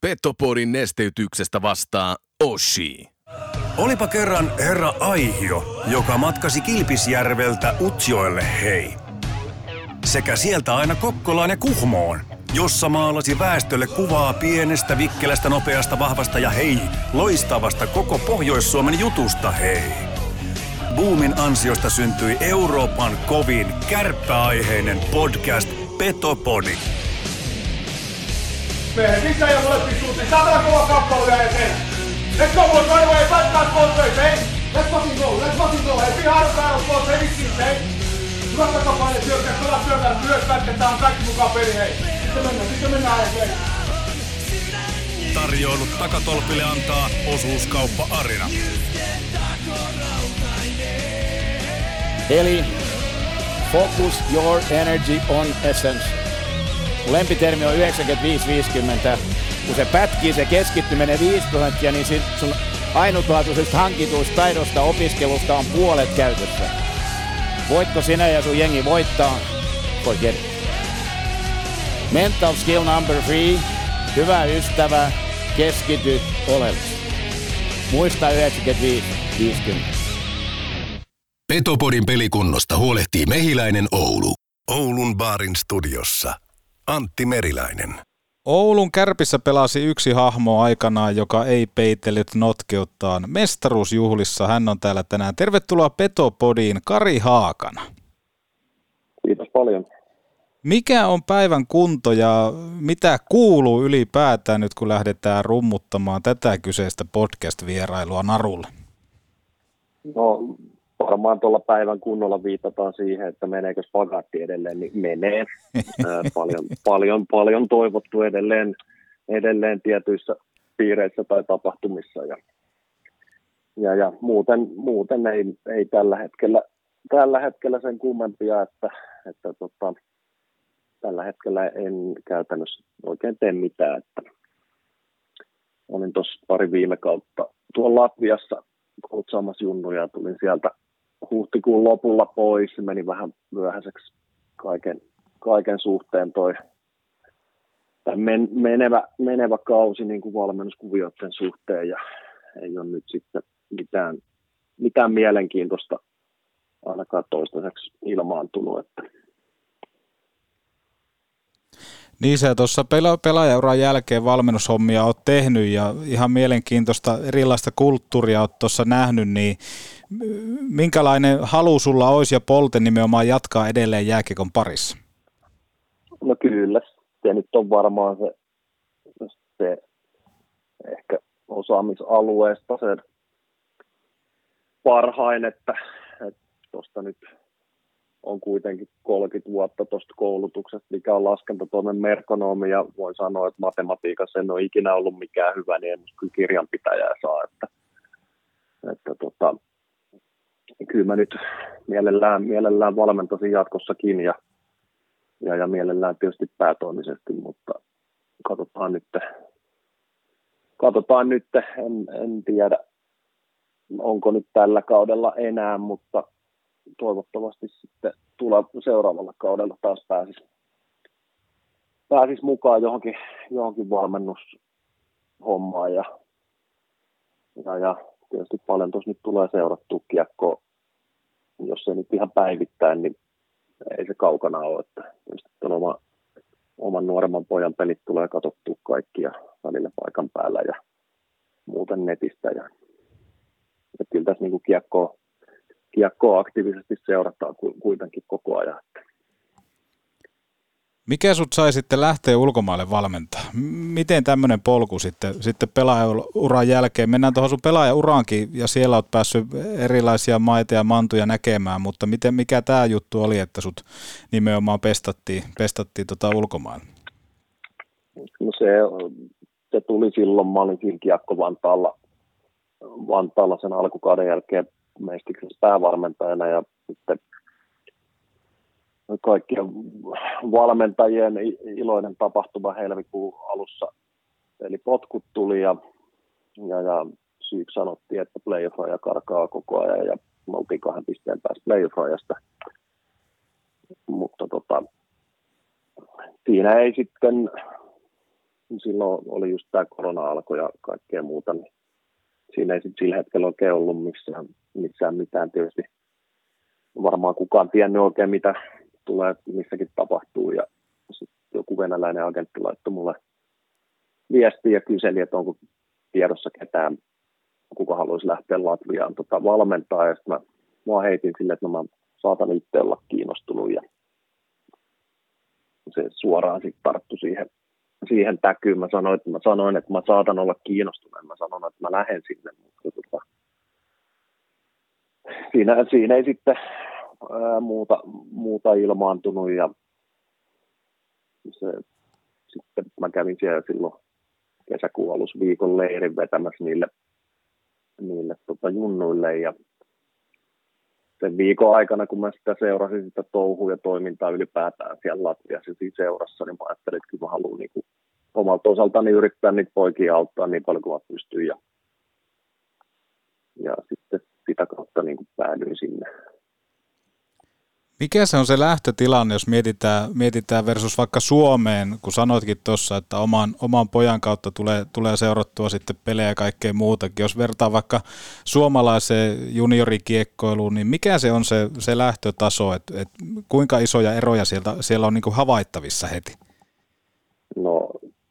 Petopodin nesteytyksestä vastaa Oshi. Olipa kerran herra Aihio, joka matkasi Kilpisjärveltä Utsjoelle hei. Sekä sieltä aina Kokkolaan ja Kuhmoon, jossa maalasi väestölle kuvaa pienestä, vikkelästä, nopeasta, vahvasta ja hei, loistavasta koko Pohjois-Suomen jutusta hei. Boomin ansiosta syntyi Euroopan kovin kärppäaiheinen podcast Petopodi. Mehän sisään ja molempiin suuntiin. Saatana kova kappale vielä eteen. Let's go boys, right away. Fight guys both ways, hey. Let's fucking go. Hey, be hard on both, hey, vittiin, hey. Hyvät takapaine syökkää, kovat syökkää, myös pätketään kaikki mukaan peli, hei. Sitten mennään hei. Tarjoilut takatolpille antaa osuuskauppa Arina. Eli focus your energy on essence. Lempitermi on 95-50. Kun se pätkii, se keskittyminen 5%, niin sun ainutlaatuisesta hankituista taidosta opiskelusta on puolet käytössä. Voitko sinä ja sun jengi voittaa? Forget it. Mental skill number 3. Hyvä ystävä, keskity oleellisesti. Muista 95-50. Petopodin pelikunnosta huolehtii Mehiläinen Oulu. Oulun baarin studiossa Antti Meriläinen. Oulun Kärpissä pelasi yksi hahmo aikanaan, joka ei peitellyt notkeuttaan mestaruusjuhlissa. Hän on täällä tänään. Tervetuloa Petopodiin, Kari Haakana. Kiitos paljon. Mikä on päivän kunto ja mitä kuuluu ylipäätään nyt, kun lähdetään rummuttamaan tätä kyseistä podcast-vierailua narulle? No varmaan tuolla päivän kunnolla viitataan siihen, että meneekö spagaatti edelleen, niin menee. Paljon toivottu edelleen tietyissä piireissä tai tapahtumissa. Ja muuten ei tällä hetkellä sen kummempia, että tällä hetkellä en käytännössä oikein tee mitään. Että olin tuossa pari viime kautta tuolla Latviassa koutsaamassa junnuja ja tulin sieltä huhtikuun lopulla pois. Meni vähän myöhäiseksi kaiken suhteen menevä kausi niin kuin valmennuskuvioiden suhteen ja ei ole nyt sitten mitään mielenkiintoista ainakaan toistaiseksi ilmaantunut. Että. Niin sä tuossa pelaajauran jälkeen valmennushommia oot tehnyt ja ihan mielenkiintoista erilaista kulttuuria oot tuossa nähnyt, niin minkälainen halu sulla olisi ja polte nimenomaan jatkaa edelleen jääkiekon parissa? No kyllä, se nyt on varmaan se ehkä osaamisalueesta se parhain, että tuosta nyt on kuitenkin 30 vuotta tuosta koulutuksesta, mikä on laskentatoimen merkonomi, ja voin sanoa, että matematiikassa en ole ikinä ollut mikään hyvä, niin en kyllä kirjanpitäjää saa, että kyllä mä nyt mielellään valmentaisin jatkossakin ja mielellään tietysti päätoimisesti, mutta katsotaan nyt, en tiedä onko nyt tällä kaudella enää, mutta toivottavasti sitten seuraavalla kaudella taas pääsis mukaan johonkin valmennushommaan ja tietysti paljon tuossa nyt tulee seurattua kiekkoa, jos se nyt ihan päivittäin, niin ei se kaukana ole, että tietysti oman nuoremman pojan pelit tulee katsottua kaikkia välillä paikan päällä ja muuten netistä ja kyllä tässä niin kiekkoa aktiivisesti seurataan kuitenkin koko ajan. Mikä sut sai sitten lähteä ulkomaille valmentaa? Miten tämmöinen polku sitten pelaajauran jälkeen? Mennään tuohon sun pelaajauraankin ja siellä oot päässyt erilaisia maita ja mantuja näkemään, mutta mikä tämä juttu oli, että sut nimenomaan pestattiin ulkomaille? No se tuli silloin, mä olin siinä Kiekko Vantaalla sen alkukauden jälkeen Mestiksessä päävalmentajana ja sitten kaikkien valmentajien iloinen tapahtuma helmikuun alussa. Eli potkut tuli ja syyksi sanottiin, että playoff-raja karkaa koko ajan ja me oltiin 2 pisteen päästä playoff-rajasta. Mutta siinä ei sitten silloin oli just tämä korona alkoi ja kaikkea muuta, niin siinä ei sitten sillä hetkellä oikein ollut missään mitään tietysti. Varmaan kukaan tiennyt oikein, mitä tulee, missäkin tapahtuu. Ja sitten joku venäläinen agentti laittoi mulle viestiä ja kyseli, että onko tiedossa ketään, kuka haluaisi lähteä Latviaan valmentaa. Ja sitten mä heitin silleen, että mä saatan itse olla kiinnostunut. Ja se suoraan sitten tarttui siihen täkyyn. Mä sanoin, että mä saatan olla kiinnostunut. Mä sanon, että mä lähden sinne. Mutta siinä ei sitten muuta ilmaantunut. Ja sitten mä kävin siellä silloin kesäkuun alussa viikon leirin vetämässä niille junnuille. Ja sen viikon aikana, kun mä sitä seurasin sitä touhua ja toimintaa ylipäätään siellä Latviassa seurassa, niin mä ajattelin, että kyllä mä haluan niin kuin omalta osaltani yrittää niitä poikia auttaa niin paljon kuin mä pystyn. Ja sitten sitä kautta niin kuin päädyin sinne. Mikä se on se lähtötilanne, jos mietitään versus vaikka Suomeen, kun sanoitkin tuossa, että oman pojan kautta tulee seurattua sitten pelejä ja kaikkea muutakin. Jos vertaa vaikka suomalaiseen juniorikiekkoiluun, niin mikä se on se lähtötaso, että kuinka isoja eroja siellä on niin kuin havaittavissa heti? No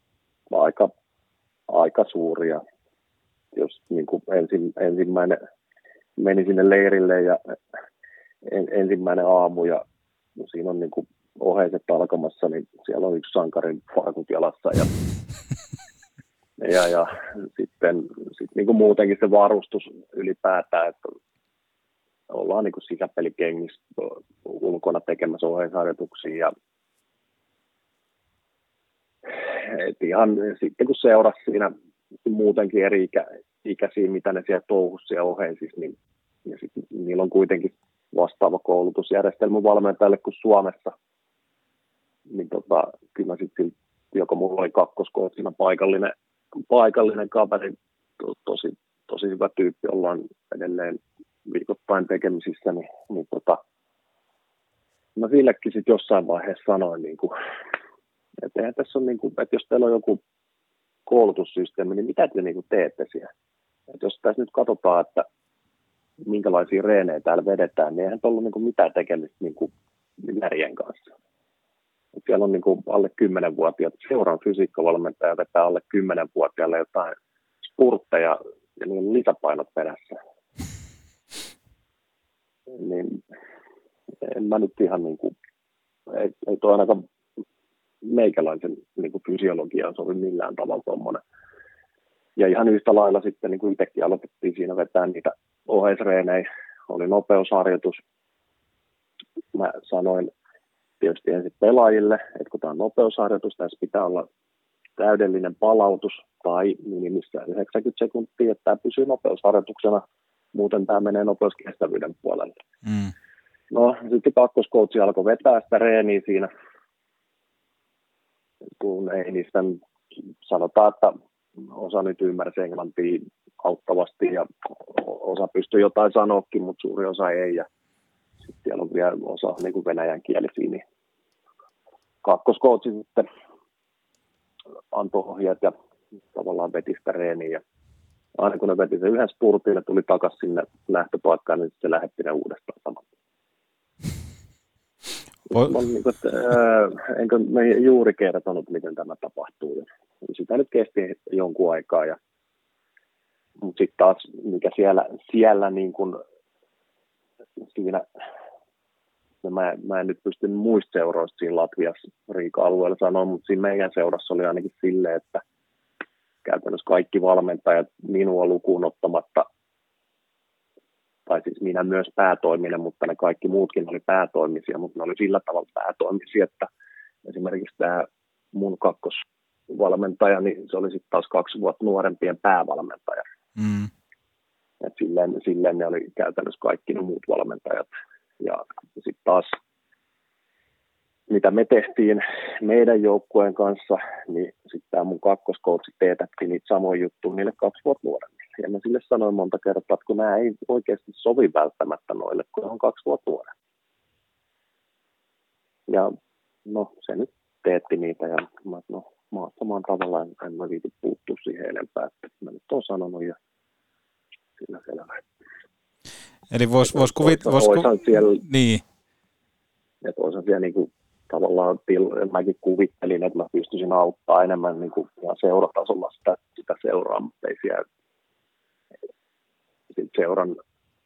aika suuria. Jos niin kuin ensimmäinen meni sinne leirille ja ensimmäinen aamu ja siinä on niin kuin oheiset alkamassa, niin siellä on yksi sankarin farkut jalassa ja sitten niin kuin muutenkin se varustus ylipäätään, että ollaan niin kuin sisäpelikengissä ulkona tekemässä oheisharjoituksia ja ihan sitten kun seurasi siinä muutenkin eri ikäisiä, mitä ne siellä touhussa ja oheisissa, niin ja sitten niillä on kuitenkin vastaava koulutusjärjestelmä valmentajalle kuin Suomessa. Niin kyllä mä sitten, joko mulla oli kakkoskootsina paikallinen kaveri, tosi hyvä tyyppi, ollaan edelleen viikoittain tekemisissä, niin mä sillekin sitten jossain vaiheessa sanoin, niin kuin, että eihän tässä on, niin kuin, että jos teillä on joku koulutussysteemi, niin mitä te niin kuin teette siellä? Että jos tässä nyt katsotaan, että minkälaisia reenejä täällä vedetään, niin eihän ollut niin kuin mitään tekemistä niin kuin järjen kanssa. Et siellä on niin kuin alle 10-vuotiaat, seuran fysiikkavalmentaja vetää alle 10-vuotiaille jotain spurtteja ja niin on lisäpainot perässä. Niin en mä nyt ihan niin kuin, ei toi ainakaan meikäläisen niin kuin fysiologiaan sovi millään tavalla tuommoinen. Ja ihan yhtä lailla sitten niin kuin itsekin aloitettiin siinä vetää niitä oheisreenejä, oli nopeusharjoitus. Mä sanoin tietysti ensin pelaajille, että kun tämä on nopeusharjoitus, tässä pitää olla täydellinen palautus tai minimissään 90 sekuntia, että tämä pysyy nopeusharjoituksena, muuten tämä menee nopeuskestävyyden puolelle. Mm. No sitten kakkoskoutsi alkoi vetää sitä reeniä siinä, kun ei niistä sanotaan, että osa nyt ymmärsi englantia auttavasti ja osa pystyi jotain sanoakin, mutta suuri osa ei. Ja sitten siellä on vielä osa niin kuin venäjän kielisiä, niin kakkoskoutsi sitten antoi ohjeet ja tavallaan veti sitä reeniä. Ja aina kun ne veti sen yhden spurtin ja tuli takaisin sinne lähtöpaikkaan, niin se lähetti ne uudestaan saman. Enkö me juuri kertonut, miten tämä tapahtuu. Sitä nyt kesti jonkun aikaa. Mutta sitten taas, mikä siellä niin kun, siinä, no mä en nyt pysty muista seuroista siinä Latviassa Riika-alueella sanoa, mutta siinä meidän seurassa oli ainakin silleen, että käytännössä kaikki valmentajat minua lukuun ottamatta, tai siis minä myös päätoiminen, mutta ne kaikki muutkin oli päätoimisia, mutta ne oli sillä tavalla päätoimisia, että esimerkiksi tämä mun kakkosvalmentaja, niin se oli sitten taas 2 vuotta nuorempien päävalmentaja. Mm. Et silleen ne oli käytännössä kaikki ne muut valmentajat. Ja sitten taas, mitä me tehtiin meidän joukkueen kanssa, niin sitten tämä mun kakkoskoutsi teetätti niitä samoja juttuja niille 2 vuotta nuoremmille. Ja mä sille sanoin monta kertaa, että kun nämä ei oikeasti sovi välttämättä noille, kun on 2 vuotta nuorempi. Ja no se nyt teetti niitä ja mä, no samaan tavalla en mä viiti puuttua siihen enempää, että mä nyt oon sanonut ja sillä selvä. Eli vois kuvitella... Niin. Että oisan siellä niinku tavallaan, mäkin kuvittelin, että mä pystyisin auttaa enemmän niinku seuratasolla sitä seuraa, mutta ei siellä seuran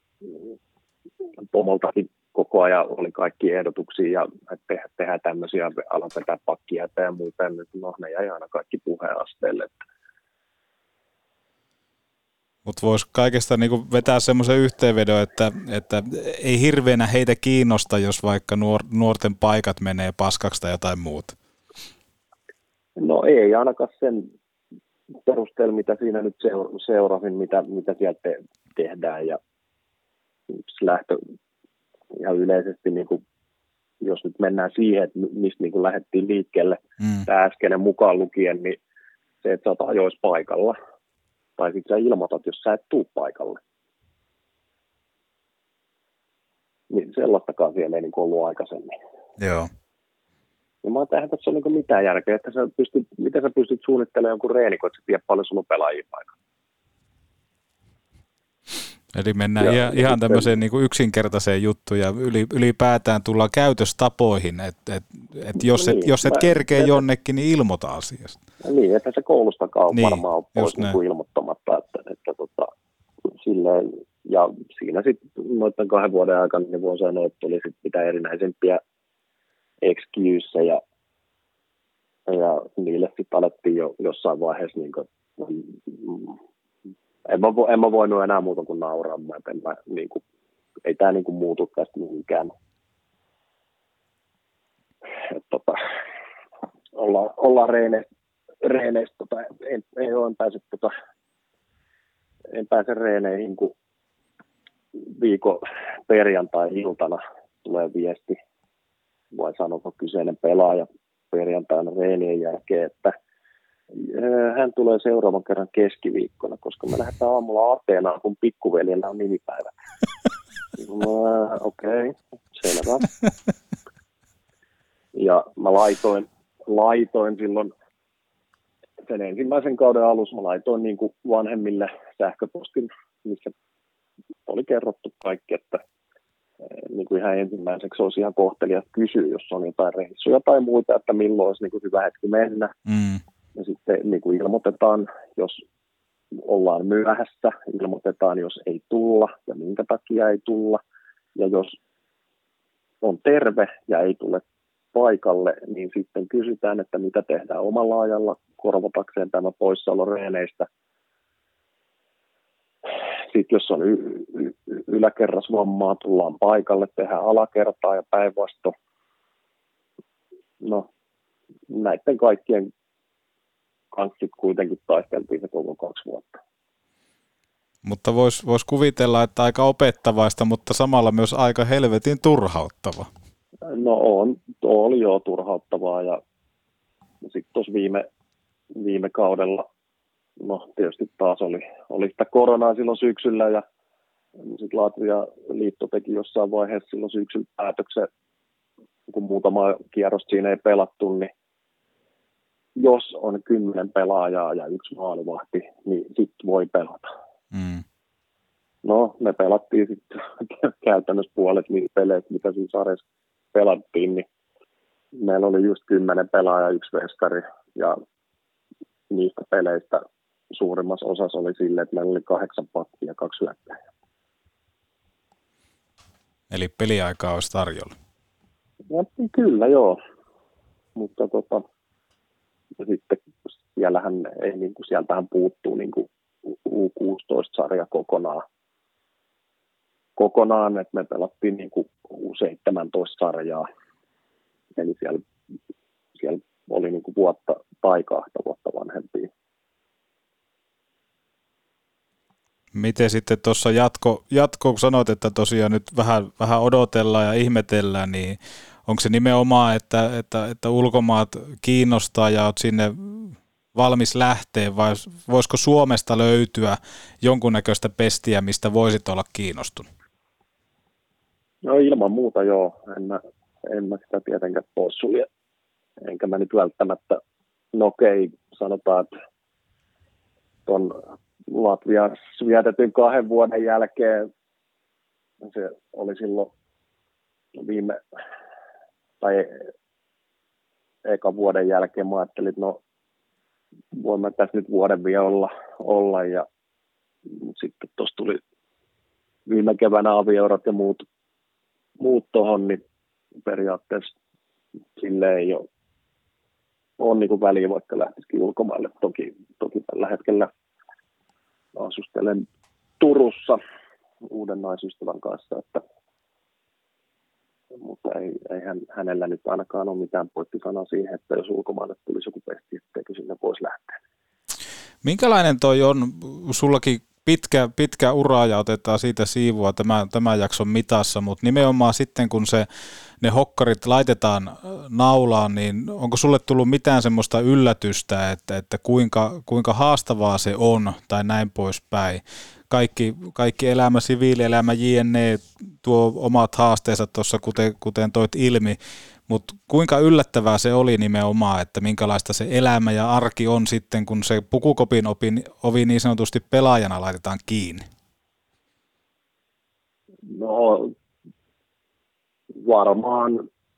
pomoltakin koko ajan oli kaikki ehdotuksia ja tehdään tämmöisiä, alan vetää pakkia ja muuta, no ne jäi aina kaikki puheenasteelle. Mutta voisi kaikesta niinku vetää semmoisen yhteenvedon, että ei hirveänä heitä kiinnosta, jos vaikka nuorten paikat menee paskaksi tai jotain muuta. No ei ainakaan sen perusteella, mitä siinä nyt seurasin, mitä sieltä tehdään ja lähtö ihan yleisesti, niin kuin, jos nyt mennään siihen, että mistä niin kuin lähdettiin liikkeelle, tämä äskeinen mukaan lukien, niin se, että sä oot ajoissa paikalla, tai sitten sä ilmoitat, jos sä et tuu paikalle. Niin sellaistakaan siellä ei niin kuin ollut aikaisemmin. Joo. Ja mä ajattelin, että se on niin kuin mitään järkeä, että miten sä pystyt suunnittelemaan jonkun reenikon, että sä tiedät paljon sulla on pelaajia paikalla. Eli mennään ihan tämmöiseen niin kuin yksinkertaiseen juttuun ja ylipäätään tullaan käytöstapoihin, että jos et kerkeä jonnekin, niin ilmoita asiasta. Niin, että se koulustakaan on varmaan ole pois niin ilmoittamatta, että silleen, ja siinä sitten noiden 2 vuoden aikana niin voi sanoa, että tuli sitten mitä erinäisempiä excuseja ja niille sitten alettiin jo jossain vaiheessa niin kuin, en mä voinut enää muuta kuin nauraa, että ei tämä niin kuin muutu tästä mihinkään. Ollaan reeneissä, en pääse reeneihin, kun viikon perjantai-iltana tulee viesti, vai sanoa kyseinen pelaaja perjantaina reenien jälkeen, että hän tulee seuraavan kerran keskiviikkona, koska me lähdetään aamulla Ateenaan, kun pikkuveljellä on nimipäivä. Okei, selvä. Ja mä laitoin silloin sen ensimmäisen kauden alussa, mä laitoin niin kuin vanhemmille sähköpostin, missä oli kerrottu kaikki, että niin kuin ihan ensimmäiseksi olisi ihan kohtelias kysyä, jos on jotain reissuja tai muita, että milloin olisi niin kuin hyvä hetki mennä. Ja sitten niin kuin ilmoitetaan, jos ollaan myöhässä, ilmoitetaan, jos ei tulla ja minkä takia ei tulla. Ja jos on terve ja ei tule paikalle, niin sitten kysytään, että mitä tehdään omalla ajalla korvatakseen tämä poissaolo reeneistä. Sitten jos on yläkerrasvammaa, tullaan paikalle, tehdään alakertaa ja päinvasto. No, näiden kaikkien kanssa kuitenkin taisteltiin se koko 2 vuotta. Mutta vois kuvitella, että aika opettavaista, mutta samalla myös aika helvetin turhauttava. No oli jo turhauttavaa ja sitten tuossa viime kaudella, no tietysti taas oli sitä koronaa silloin syksyllä ja sitten Latvia liitto teki jossain vaiheessa silloin syksyllä päätöksen, kun muutama kierros siinä ei pelattu, niin jos on 10 pelaajaa ja 1 maalivahti, niin sitten voi pelata. No, me pelattiin sitten käytännössä puolet niitä peleistä, mitä siinä sarjassa pelattiin, niin meillä oli just 10 pelaajaa, 1 veskari, ja niistä peleistä suurimmassa osassa oli silleen, että meillä oli 8 pakkia ja 2 hyökkääjää. Eli peliaikaa olisi tarjolla? Ja, kyllä, joo. Mutta ja sitten sieltähän puuttuu niin kuin U16-sarja kokonaan, että me pelattiin niin kuin U17-sarjaa. Eli siellä oli niin kuin vuotta tai 2 vuotta vanhempia. Miten sitten tuossa jatko, kun sanoit, että tosiaan nyt vähän odotellaan ja ihmetellään, niin onko se nimenomaan, että ulkomaat kiinnostaa ja olet sinne valmis lähteä, vai voisiko Suomesta löytyä jonkunnäköistä pestiä, mistä voisit olla kiinnostunut? No ilman muuta joo, en mä sitä tietenkään poissulje. Enkä mä nyt välttämättä no okei, sanotaan, että tuon Latviassa vietetyn 2 vuoden jälkeen se oli silloin ekan vuoden jälkeen mä ajattelin, että no voimme tässä nyt vuoden vielä olla ja sitten tuossa tuli viime keväänä avioerot ja muut tuohon, niin periaatteessa sille ei ole niin kuin väliä, vaikka lähtisikin ulkomaille. Toki tällä hetkellä asustelen Turussa uuden naisystävän kanssa, mutta ei hänellä nyt ainakaan ole mitään poikkisanaa siihen, että jos ulkomaille tulisi joku pesti, etteikö sinne voisi lähteä. Minkälainen toi on sullakin pitkä ura ja otetaan siitä siivua tämän jakson mitassa, mutta nimenomaan sitten kun ne hokkarit laitetaan naulaan, niin onko sulle tullut mitään semmoista yllätystä, että kuinka haastavaa se on tai näin poispäin? Kaikki elämä, siviilielämä, jne. Tuo omat haasteensa tuossa, kuten toit ilmi, mutta kuinka yllättävää se oli nimenomaan, että minkälaista se elämä ja arki on sitten, kun se pukukopin ovi niin sanotusti pelaajana laitetaan kiinni? No varmaan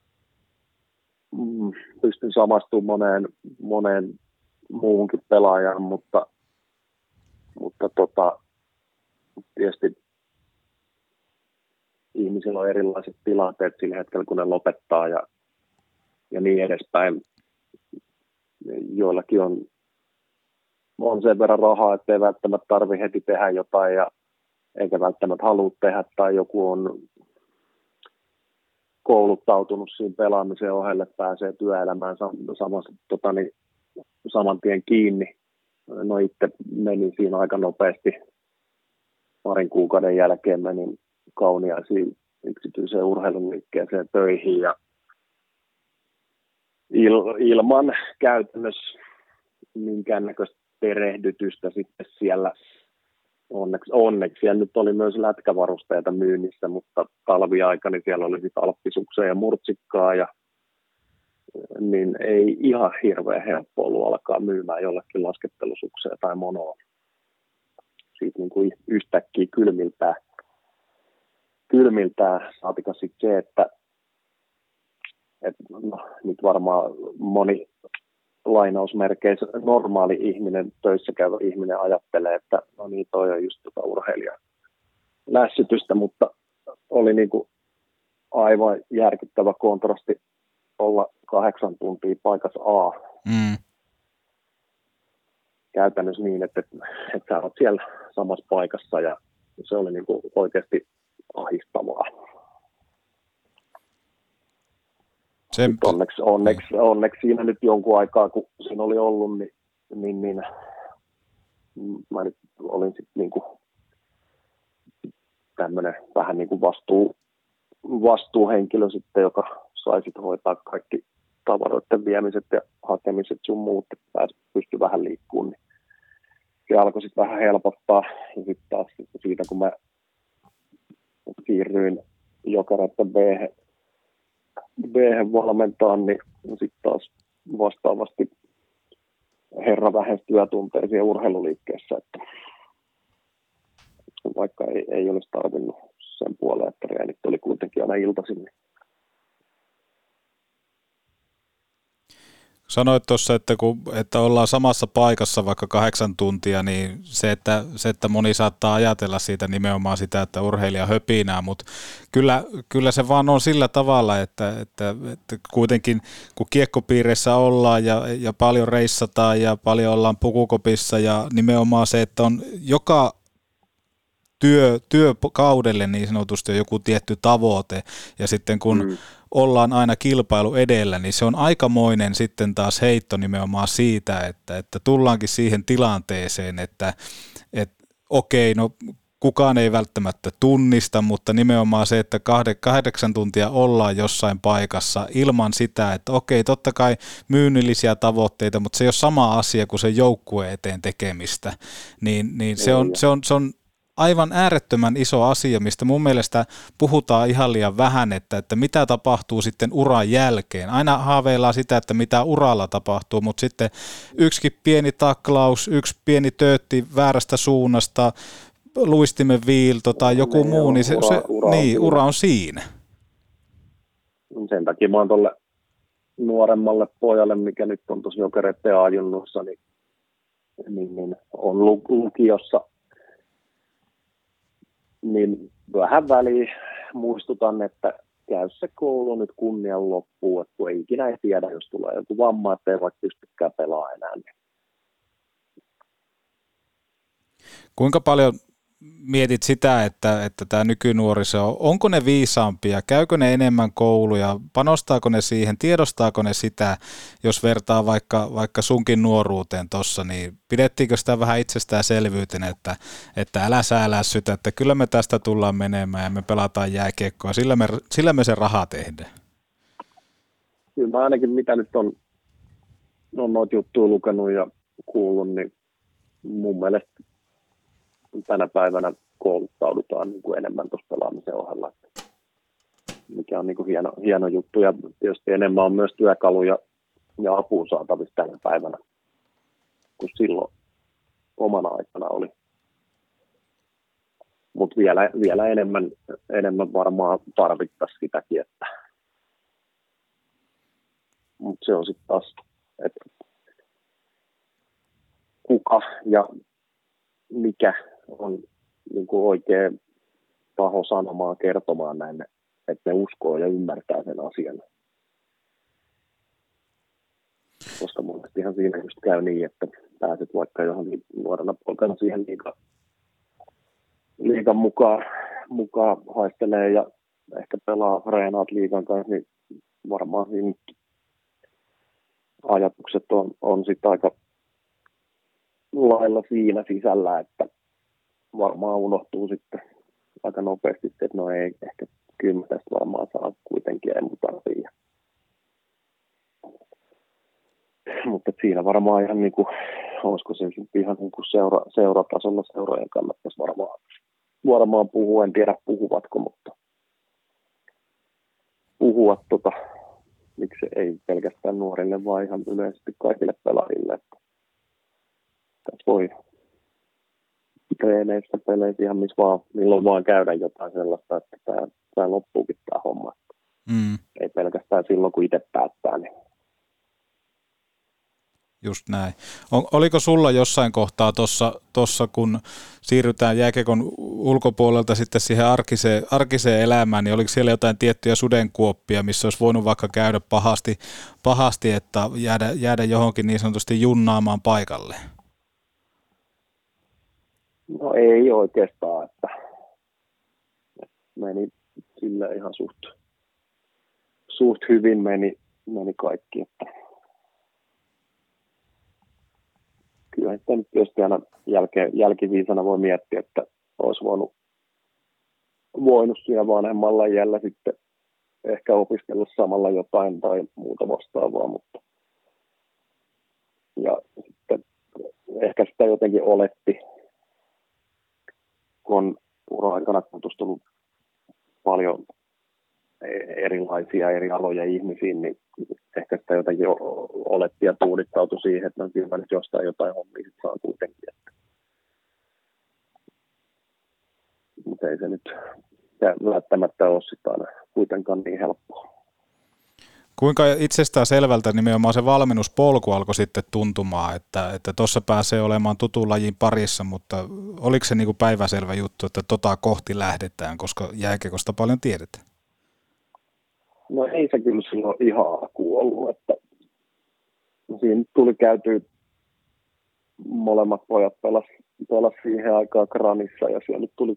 pystyn samastumaan moneen muuhunkin pelaajaan, mutta tietysti ihmisillä on erilaiset tilanteet sillä hetkellä, kun ne lopettaa ja niin edespäin. Joillakin on sen verran rahaa, että ei välttämättä tarvitse heti tehdä jotain eikä välttämättä halua tehdä, tai joku on kouluttautunut siinä pelaamisen ohelle, pääsee työelämään saman tien kiinni. No itse menin siinä aika nopeasti. 2 kuukauden jälkeen menin Kauniaisiin yksityiseen urheiluliikkeeseen töihin ja ilman käytännössä minkäännäköistä perehdytystä sitten siellä. Onneksi siellä nyt oli myös lätkävarusteita myynnissä, mutta talviaikana siellä oli sitten alppisuksia ja murtsikkaa niin ei ihan hirveän helppo ollut alkaa myymään jollekin laskettelusuksia tai monoa. Siitä niin kuin yhtäkkiä kylmiltää saatika sitten se, että nyt varmaan moni lainausmerkeissä normaali ihminen, töissä käyvä ihminen ajattelee, että no niin, toi on just urheilijan lässytystä, mutta oli niin kuin aivan järkyttävä kontrasti olla 8 tuntia paikassa A. Käytännössä niin, että sä oot siellä samassa paikassa ja se oli niin kuin oikeasti ahdistavaa. Onneksi siinä nyt jonkun aikaa, kun siinä oli ollut, niin mä nyt olin sitten niinku tämmöinen vähän niin kuin vastuuhenkilö sitten, joka sai sitten hoitaa kaikki tavaroiden viemiset ja hakemiset sun muut, että pystyi vähän liikkumaan. Niin se alkoi sitten vähän helpottaa. Ja sitten taas siitä, kun mä siirryin Jokereiden B-hän valmentaan, niin sitten taas vastaavasti herra vähensi työtunteisia urheiluliikkeessä, että vaikka ei olisi tarvinnut sen puoleen, että reenit oli kuitenkin aina iltaisin. Niin. Sanoit tuossa, että ollaan samassa paikassa vaikka 8 tuntia, niin se, että moni saattaa ajatella siitä nimenomaan sitä, että urheilija höpinää, mutta kyllä se vaan on sillä tavalla, että kuitenkin kun kiekkopiireissä ollaan ja paljon reissataan ja paljon ollaan pukukopissa ja nimenomaan se, että on joka työkaudelle niin sanotusti on joku tietty tavoite ja sitten kun ollaan aina kilpailu edellä, niin se on aikamoinen sitten taas heitto nimenomaan siitä, että tullaankin siihen tilanteeseen, että okei, no kukaan ei välttämättä tunnista, mutta nimenomaan se, että 8 tuntia ollaan jossain paikassa ilman sitä, että okei, totta kai myynnillisiä tavoitteita, mutta se ei ole sama asia kuin se joukkue eteen tekemistä, niin se on aivan äärettömän iso asia, mistä mun mielestä puhutaan ihan liian vähän, että mitä tapahtuu sitten uran jälkeen. Aina haaveillaan sitä, että mitä uralla tapahtuu, mutta sitten yksikin pieni taklaus, yksi pieni töötti väärästä suunnasta, luistimen viilto tai joku muu, niin ura on siinä. Sen takia mä oon tolle nuoremmalle pojalle, mikä nyt on tuossa Jokereiden A-junnussa, niin on lukiossa, niin vähän väliin muistutan, että käy se koulu nyt kunnian loppuun, että kun ei ikinä tiedä, jos tulee joku vamma, että ei vaikka pystykään pelaamaan enää. Kuinka paljon mietit sitä, että tämä nykynuoriso, onko ne viisaampia, käykö ne enemmän kouluja, panostaako ne siihen, tiedostaako ne sitä, jos vertaa vaikka sunkin nuoruuteen tuossa, niin pidettiinkö sitä vähän itsestäänselvyytenä, että älä sä älässytä, että kyllä me tästä tullaan menemään ja me pelataan jääkiekkoa, sillä me se raha tehdään. Kyllä mä ainakin mitä nyt on noita juttuja lukenut ja kuullut, niin mun mielestä tänä päivänä kouluttaudutaan niin kuin enemmän tuossa pelaamisen ohella, mikä on niin kuin hieno juttu. Ja tietysti enemmän on myös työkaluja ja apua saatavissa tänä päivänä, kun silloin omana aikana oli. Mutta vielä enemmän varmaan tarvittaisiin sitäkin. Mutta se on sitten taas, että kuka ja mikä on niin kuin oikein taho sanomaan, kertomaan näin, että ne uskoo ja ymmärtää sen asian. Koska monestihan siinä just käy niin, että pääset vaikka johonkin nuorena poikana siihen liigan mukaan haistelee ja ehkä pelaa reenaat liigan kanssa, niin varmaan siinä ajatukset on sitten aika lailla siinä sisällä, että varmaan unohtuu sitten aika nopeasti, että no ei, ehkä kyllä tästä varmaan saa kuitenkin, ei mun tarvii. Mutta siinä varmaan ihan niin kuin, olisiko se ihan niin kuin seuratasolla seurojen kannattaisi varmaan puhua, en tiedä puhuvatko, mutta puhua miksi ei pelkästään nuorille, vaan ihan yleisesti kaikille pelaajille, että tässä voi treeneissä, peleissä ihan milloin vaan käydä jotain sellaista, että tämä loppuukin tämä homma. Ei pelkästään silloin, kun itse päättää. Niin. Just näin. Oliko sulla jossain kohtaa tuossa, kun siirrytään jääkiekon ulkopuolelta sitten siihen arkiseen elämään, niin oliko siellä jotain tiettyjä sudenkuoppia, missä olisi voinut vaikka käydä pahasti että jäädä johonkin niin sanotusti junnaamaan paikalle? No ei oikeastaan, että meni sillä ihan suht hyvin meni kaikki, että kyllä että nyt tietysti aina jälkiviisana voi miettiä, että olisi voinut siinä vanhemmalla iällä sitten ehkä opiskella samalla jotain tai muuta vastaavaa, mutta ja sitten ehkä sitä jotenkin oletti, kun ura-aikana tutustunut paljon erilaisia eri aloja ihmisiin, niin ehkä sitä jotenkin oletti ja tuudittautui siihen, että no kyllä nyt jostain jotain hommia sit saa kuitenkin. Mutta ei se nyt välttämättä ole sitä aina kuitenkaan niin helppoa. Kuinka itsestään selvältä nimenomaan se valmennuspolku alkoi sitten tuntumaan, että tuossa pääsee olemaan tutun lajin parissa, mutta oliko se niin kuin päiväselvä juttu, että kohti lähdetään, koska jääkiekosta paljon tiedetään? No ei se kyllä silloin ihan alkuun ollut, että siinä tuli käytyä, molemmat pojat pelas siihen aikaan Granissa ja siellä nyt tuli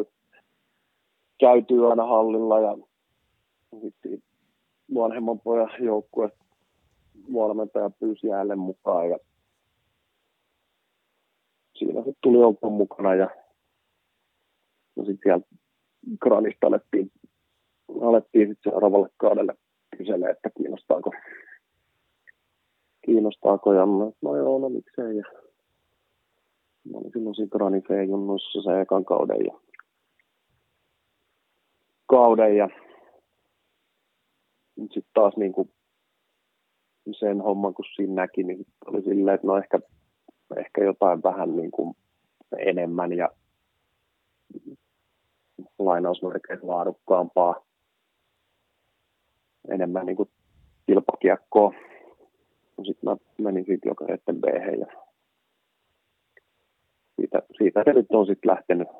käytyä aina hallilla ja sitten vanhemman pojan joukkue valmentaja pyysi jälleen mukaan ja siinä sitten tuli joukkueen mukana ja sitten siellä Granista alettiin sitten seuraavalle kaudelle kyselee, että kiinnostaako ja no joo, no miksei. Ja Mä olin silloin Sitrani C-junnuissa se ekan kauden ja sitten taas niinku sen homman, kun siinä näki, niin oli silleen, että no ehkä jotain vähän niinku enemmän ja lainausmerkeissä laadukkaampaa, enemmän niinku kilpakiekkoa. Sitten mä menin siitä jokaisen B-hen ja siitä se nyt on sitten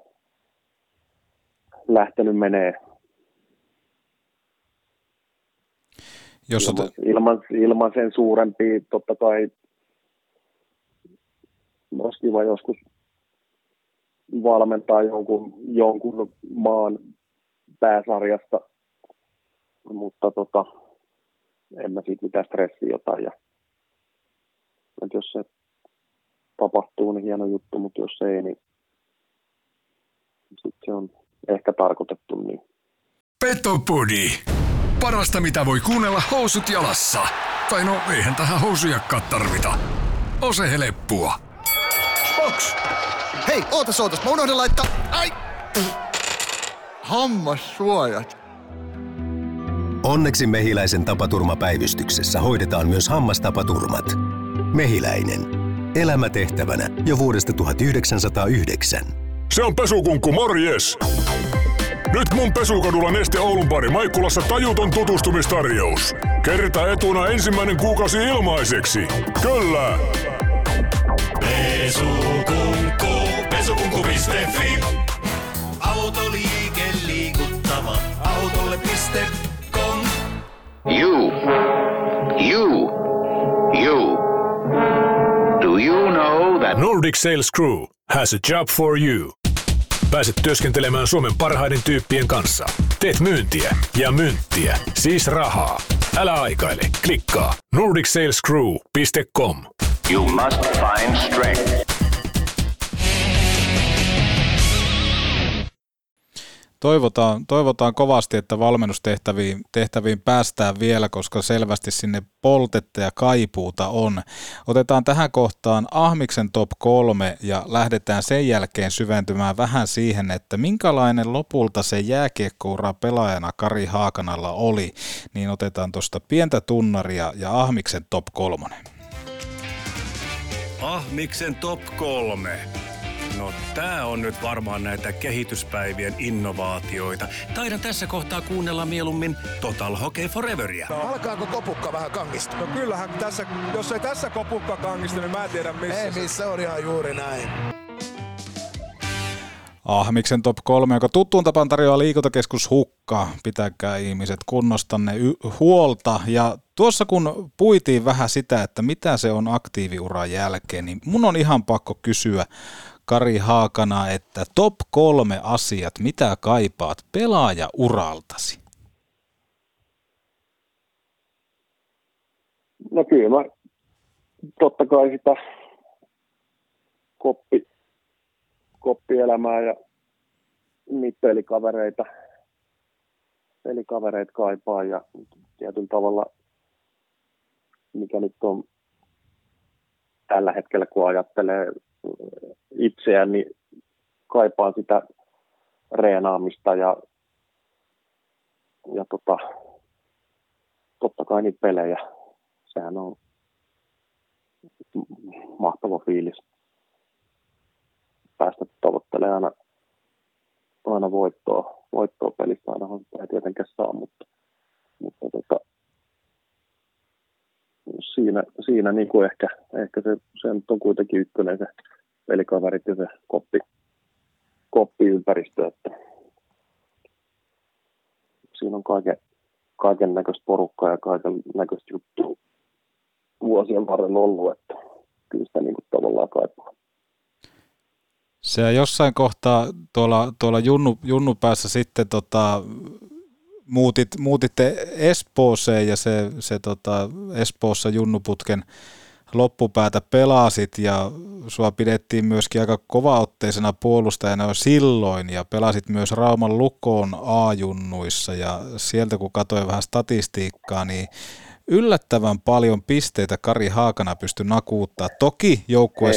lähtenyt menee. Ilman sen suurempia, totta kai olisi kiva joskus valmentaa jonkun maan pääsarjasta, mutta en mä siitä mitään stressiä ota. Ja jos se tapahtuu, niin hieno juttu, mutta jos ei, niin sitten se on ehkä tarkoitettu niin. Petopodi. Parasta mitä voi kuunnella housut jalassa. Tai no eihän tähän housujakkaa tarvita. Ose heleppua. Box! Hei, ootas, mä unohdin laittaa... Ai! Hammassuojat. Onneksi Mehiläisen tapaturmapäivystyksessä hoidetaan myös hammastapaturmat. Mehiläinen. Elämä tehtävänä jo vuodesta 1909. Se on Pesukunkku, morjes! Nyt mun Pesukadulla Neste Oulun pari Maikkulassa tajuton tutustumistarjous. Kerta etuna ensimmäinen kuukausi ilmaiseksi. Kyllä! Pesukunkku.fi Autoliike liikuttava autolle.com You. Do you know that Nordic Sales Crew has a job for you. Pääset työskentelemään Suomen parhaiden tyyppien kanssa. Teet myyntiä ja mynttiä, siis rahaa. Älä aikaile, klikkaa nordicsalescrew.com. you must find strength? Toivotaan kovasti, että valmennustehtäviin päästään vielä, koska selvästi sinne poltetta ja kaipuuta on. Otetaan tähän kohtaan Ahmiksen top 3 ja lähdetään sen jälkeen syventymään vähän siihen, että minkälainen lopulta se jääkiekkoura pelaajana Kari Haakanalla oli. Niin otetaan tuosta pientä tunnaria ja Ahmiksen top 3. Ahmiksen top 3. No tää on nyt varmaan näitä kehityspäivien innovaatioita. Taidan tässä kohtaa kuunnella mieluummin Total Hockey Foreveria. Alkaako kopukka vähän kangista? No kyllähän tässä, jos ei tässä kopukka kangista, niin mä en tiedä missä. Ei missä, on ihan juuri näin. Ahmiksen top 3, joka tuttuun tapaan tarjoaa liikuntakeskus Hukka. Pitäkää ihmiset kunnostanne huolta. Ja tuossa kun puitiin vähän sitä, että mitä se on aktiiviuran jälkeen, niin mun on ihan pakko kysyä Kari Haakana, että top 3 asiat, mitä kaipaat pelaajauraltasi? No kyllä mä totta kai sitä koppielämää ja niitä pelikavereita kaipaa ja tietyllä tavalla, mikä nyt on tällä hetkellä, kun ajattelee itseään, niin kaipaan sitä reenaamista ja totta kai niitä pelejä. Sehän on mahtava fiilis päästä tavoittelemaan aina voittoa pelistä. Ainahan ei tietenkään saa, mutta siinä niin kuin ehkä se on kuitenkin ykkönen se pelikaverit ja se koppiympäristö, että siinä on kaiken näköistä porukkaa ja kaiken näköistä juttua vuosien varrella ollut, että kyllä sitä niin kuin tavallaan kaipaa. Se jossain kohtaa tuolla junnupäässä sitten muutitte Espooseen ja se Espoossa junnuputken loppupäätä pelasit ja sua pidettiin myöskin aika kovaotteisena puolustajana jo silloin ja pelasit myös Rauman Lukoon A-junnuissa ja sieltä kun katsoin vähän statistiikkaa, niin yllättävän paljon pisteitä Kari Haakana pystyi nakuuttaa. Toki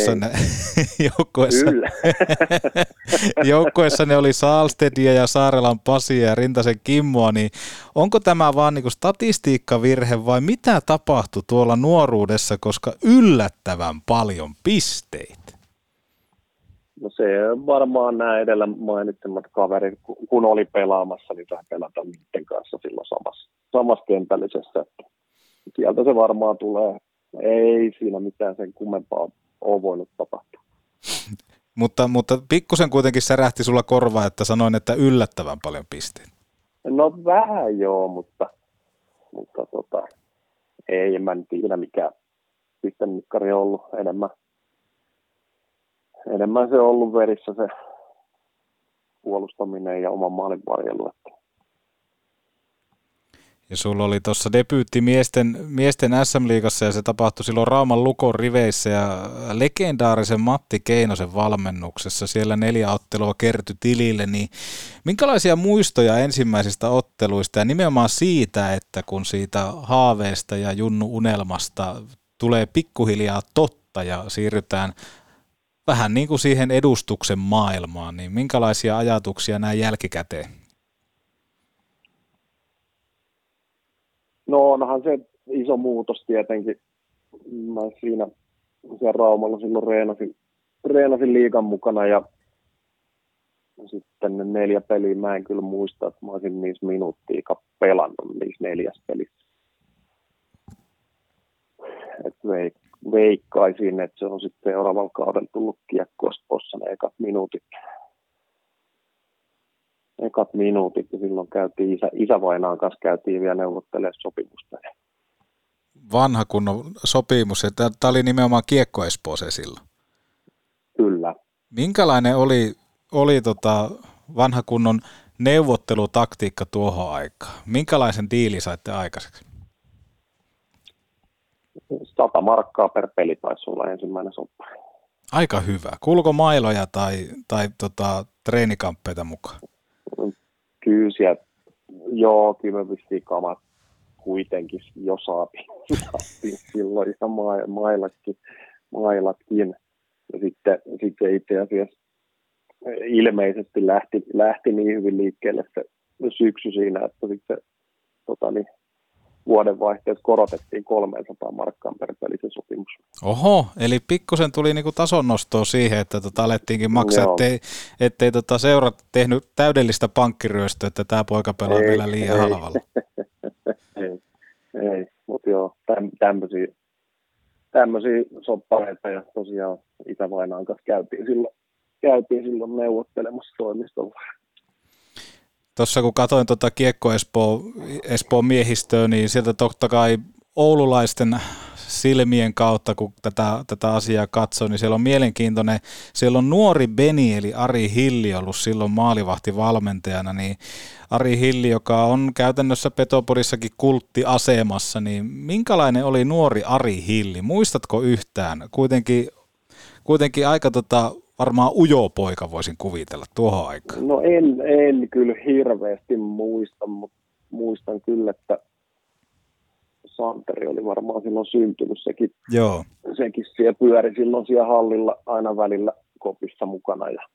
joukkueessa ne oli Saalstedia ja Saarelan Pasia ja Rintasen Kimmoa, niin onko tämä vaan niin kuin statistiikkavirhe vai mitä tapahtui tuolla nuoruudessa, koska yllättävän paljon pisteitä? No se varmaan nämä edellä mainitsemat kaverit, kun oli pelaamassa, niin sai pelata niiden kanssa silloin samassa kentällisessä. Sieltä se varmaan tulee. Ei siinä mitään sen kummempaa ole voinut tapahtua. Mutta pikkusen kuitenkin särähti sulla korvaa, että sanoin, että yllättävän paljon pisteitä. No vähän joo, mutta ei mä nyt tiedä mikä pistemikkari on ollut enemmän se on ollut verissä se puolustaminen ja oman maalin varjelu. Ja sulla oli tuossa debyytti miesten SM-liigassa ja se tapahtui silloin Rauman Lukon riveissä ja legendaarisen Matti Keinosen valmennuksessa. Siellä 4 ottelua kertyi tilille, niin minkälaisia muistoja ensimmäisistä otteluista ja nimenomaan siitä, että kun siitä haaveesta ja Junnu unelmasta tulee pikkuhiljaa totta ja siirrytään vähän niin kuin siihen edustuksen maailmaan, niin minkälaisia ajatuksia näin jälkikäteen? No onhan se iso muutos tietenkin. Mä siinä Raumalla silloin reenasin liigan mukana ja sitten ne 4 peliä mä en kyllä muista, että mä olisin niissä minuuttia pelannut niissä 4 pelissä. Et veikkaisin, että se on sitten seuraavalla kaudella tullut Kiekko Espoossa ne ekat minuutit ja silloin käytiin isävainaan kanssa vielä neuvottelemaan sopimusta. Vanha kunnon sopimus, ja tämä oli nimenomaan Kiekko Espooseen silloin. Kyllä. Minkälainen oli vanha kunnon neuvottelutaktiikka tuohon aikaan? Minkälaisen diili saitte aikaiseksi? 100 markkaa per peli taisi olla ensimmäinen soppari. Aika hyvä. Kuuluuko mailoja tai treenikamppeita mukaan? Kyllä sieltä, kyllä me vissiin kamat kuitenkin jo saatiin silloin ja mailatkin. Ja sitten itse asiassa ilmeisesti lähti niin hyvin liikkeelle se syksy siinä, että sitten vuodenvaihteessa korotettiin 300 markkaan per peli se sopimus. Oho, eli pikkusen tuli niinku tason nostoa siihen, että alettiinkin maksaa, ettei seurat tehnyt täydellistä pankkiryöstöä, että tämä poika pelaa vielä liian halvalla. Ei, mutta joo, tämmöisiä soppareita ja tosiaan isävainaan kanssa käytiin silloin neuvottelemassa toimistolla. Tuossa kun katsoin Kiekko Espoon miehistöä, niin sieltä totta kai oululaisten silmien kautta, kun tätä asiaa katsoo, niin siellä on mielenkiintoinen. Siellä on nuori Beni, eli Ari Hilli, ollut silloin maalivahtivalmentajana. Niin Ari Hilli, joka on käytännössä Petopodissakin kulttiasemassa, niin minkälainen oli nuori Ari Hilli? Muistatko yhtään? Kuitenkin aika varmaan ujo poika voisin kuvitella tuohon aikaan. No en kyllä hirveästi muista, mutta muistan kyllä, että Santeri oli varmaan silloin syntynyt. Sekin siellä pyöri silloin siellä hallilla aina välillä kopissa mukana. Ja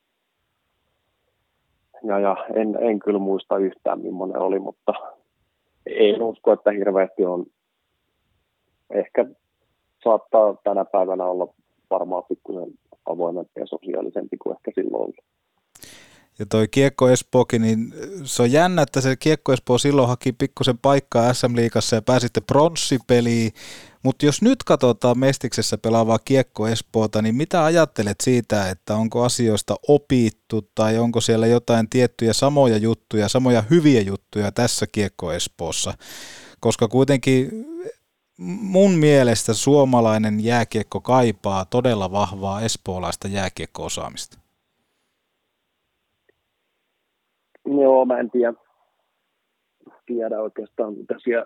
en kyllä muista yhtään, millainen oli, mutta en usko, että hirveästi on. Ehkä saattaa tänä päivänä olla varmaan pikkusen avoimempi ja sosiaalisempi kuin ehkä silloin oli. Ja toi Kiekko Espookin, niin se on jännä, että se Kiekko Espoo silloin haki pikkusen paikkaa SM-liigassa ja pääsitte pronssipeliin, mutta jos nyt katsotaan Mestiksessä pelaavaa Kiekko Espoota, niin mitä ajattelet siitä, että onko asioista opittu tai onko siellä jotain tiettyjä samoja juttuja, samoja hyviä juttuja tässä Kiekko Espoossa, koska kuitenkin mun mielestä suomalainen jääkiekko kaipaa todella vahvaa espoolaista jääkiekko-osaamista. Joo, mä en tiedä oikeastaan, mitä siellä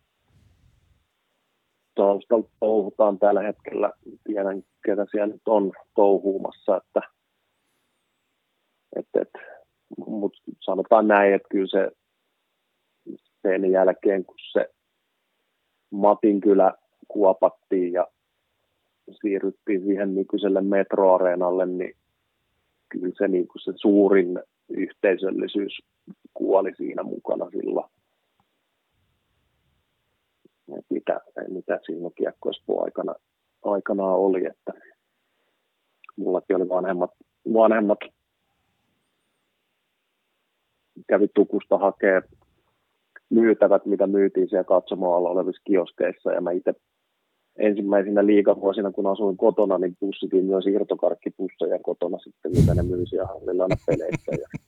taustalla touhutaan tällä hetkellä. Tiedän, ketä siellä nyt on touhuumassa, mutta sanotaan näin, että kyllä se sen jälkeen, kun se Matin kylä kuopattiin ja siirryttiin siihen nykyiselle metroareenalle, niin kyllä se, niin kuin se suurin yhteisöllisyys kuoli siinä mukana silloin. Mitä siinä Kiekko Espoo aikanaan oli, että mullakin oli vanhemmat kävi Tukusta hakee myytävät, mitä myytiin siellä katsomoalla olevissa kioskeissa, ja mä itse ensimmäisenä liigavuosina, kun asuin kotona, niin pussitin myös irtokarkkipusseja kotona sitten, mitä ne myy siellä hallilla aina peleissä.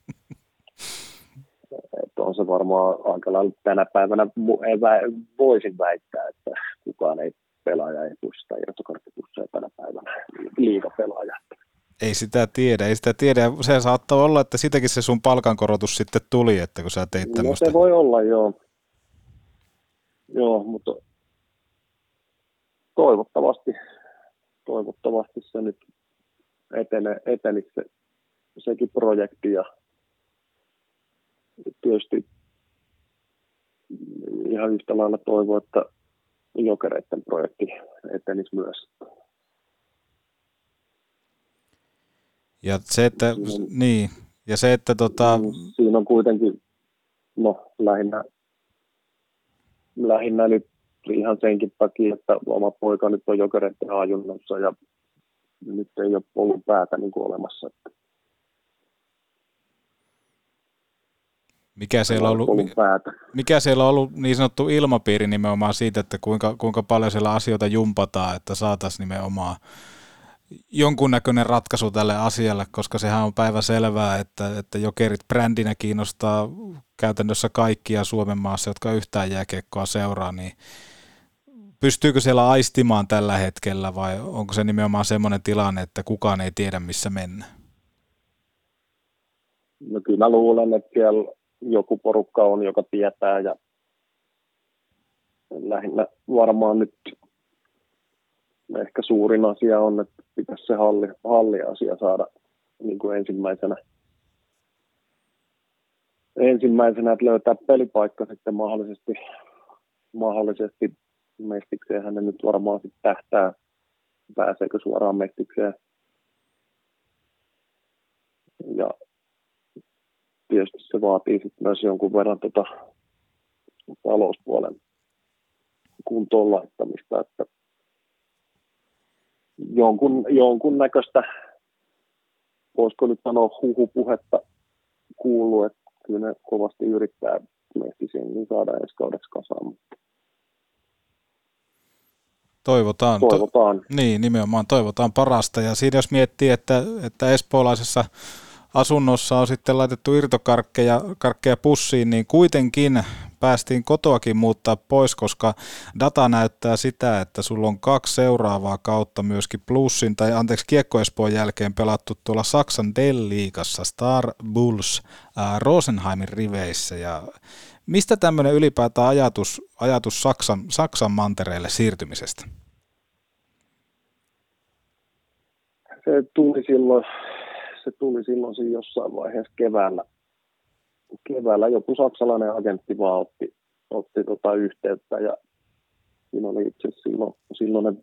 Että on se varmaan aika lailla tänä päivänä voisin väittää, että kukaan ei pelaaja ei pussita irtokarkkipusseja tänä päivänä liigapelaaja. Ei sitä tiedä. Se saattaa olla, että sitäkin se sun palkankorotus sitten tuli, että kun sä teit tämmöistä. No se voi olla, joo. Joo, mutta toivottavasti se nyt etenisi sekin projekti, ja tietysti ihan yhtä lailla toivon, että Jokereiden projekti etenisi myös. Ja se, että siinä on kuitenkin lähinnä nyt ihan senkin takia, että oma poika nyt on Jokereiden ajunnossa ja nyt ei ole polun päätä niin kuin olemassa. Mikä siellä on ollut niin sanottu ilmapiiri nimenomaan siitä, että kuinka paljon siellä asioita jumpataan, että saataisiin nimenomaan jonkunnäköinen ratkaisu tälle asialle, koska sehän on päivänselvää, että Jokerit brändinä kiinnostaa käytännössä kaikkia Suomen maassa, jotka yhtään jääkiekkoa seuraa, niin pystyykö siellä aistimaan tällä hetkellä vai onko se nimenomaan semmoinen tilanne, että kukaan ei tiedä missä mennään? No kyllä mä luulen, että siellä joku porukka on, joka tietää, ja lähinnä varmaan nyt ehkä suurin asia on, että pitäisi se halliasia saada niin kuin ensimmäisenä, että löytää pelipaikka sitten mahdollisesti Mestikseen. Hän nyt varmaan sitten tähtää, pääseekö suoraan Mestikseen. Ja tietysti se vaatii sitten myös jonkun verran talouspuolen kuntoon laittamista, että jonkun näköistä, voisiko nyt sanoa huhupuhetta kuuluu, että kyllä ne kovasti yrittää Mestisiin niin saada ensi kaudeksi kasaan. Toivotaan. Niin, nimenomaan toivotaan parasta. Ja siinä jos miettii, että espoolaisessa asunnossa on sitten laitettu irtokarkkeja pussiin, niin kuitenkin päästiin kotoakin muuttaa pois, koska data näyttää sitä, että sulla on 2 seuraavaa kautta myöskin Kiekko Espoon jälkeen pelattu tuolla Saksan Dell-liigassa Star Bulls Rosenheimin riveissä. Ja mistä tämmöinen ylipäätään ajatus Saksan mantereelle siirtymisestä? Se tuli silloin siinä jossain vaiheessa keväällä joku saksalainen agentti vaan otti yhteyttä, ja siinä oli itse silloinen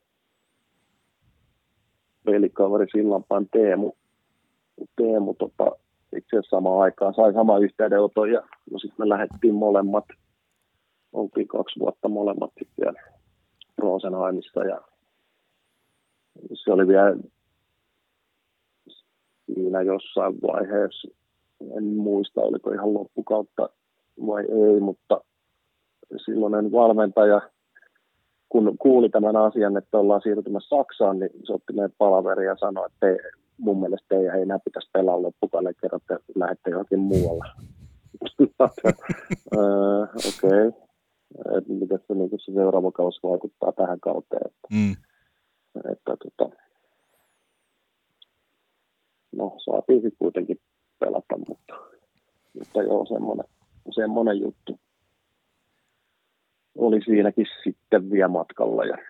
pelikaveri Sillanpään Teemu itse asiassa samaan aikaan sai sama yhteydenoton, ja sitten me lähdettiin molemmat, oltiin 2 vuotta molemmat sitten Rosenheimissa, ja se oli vielä siinä jossain vaiheessa, en muista oliko ihan loppukautta vai ei, mutta silloinen valmentaja, kun kuuli tämän asian, että ollaan siirtymässä Saksaan, niin se otti meidän palaveri ja sanoi, että mun mielestä teidän ei enää pitäisi pelaa loppukauden, kerran te lähdette johonkin muualle. Okei. Miten se, niin se seuraava kausi vaikuttaa tähän kauteen? No, saatiin sitten kuitenkin pelata, mutta joo, semmoinen juttu oli siinäkin sitten vielä matkalla, ja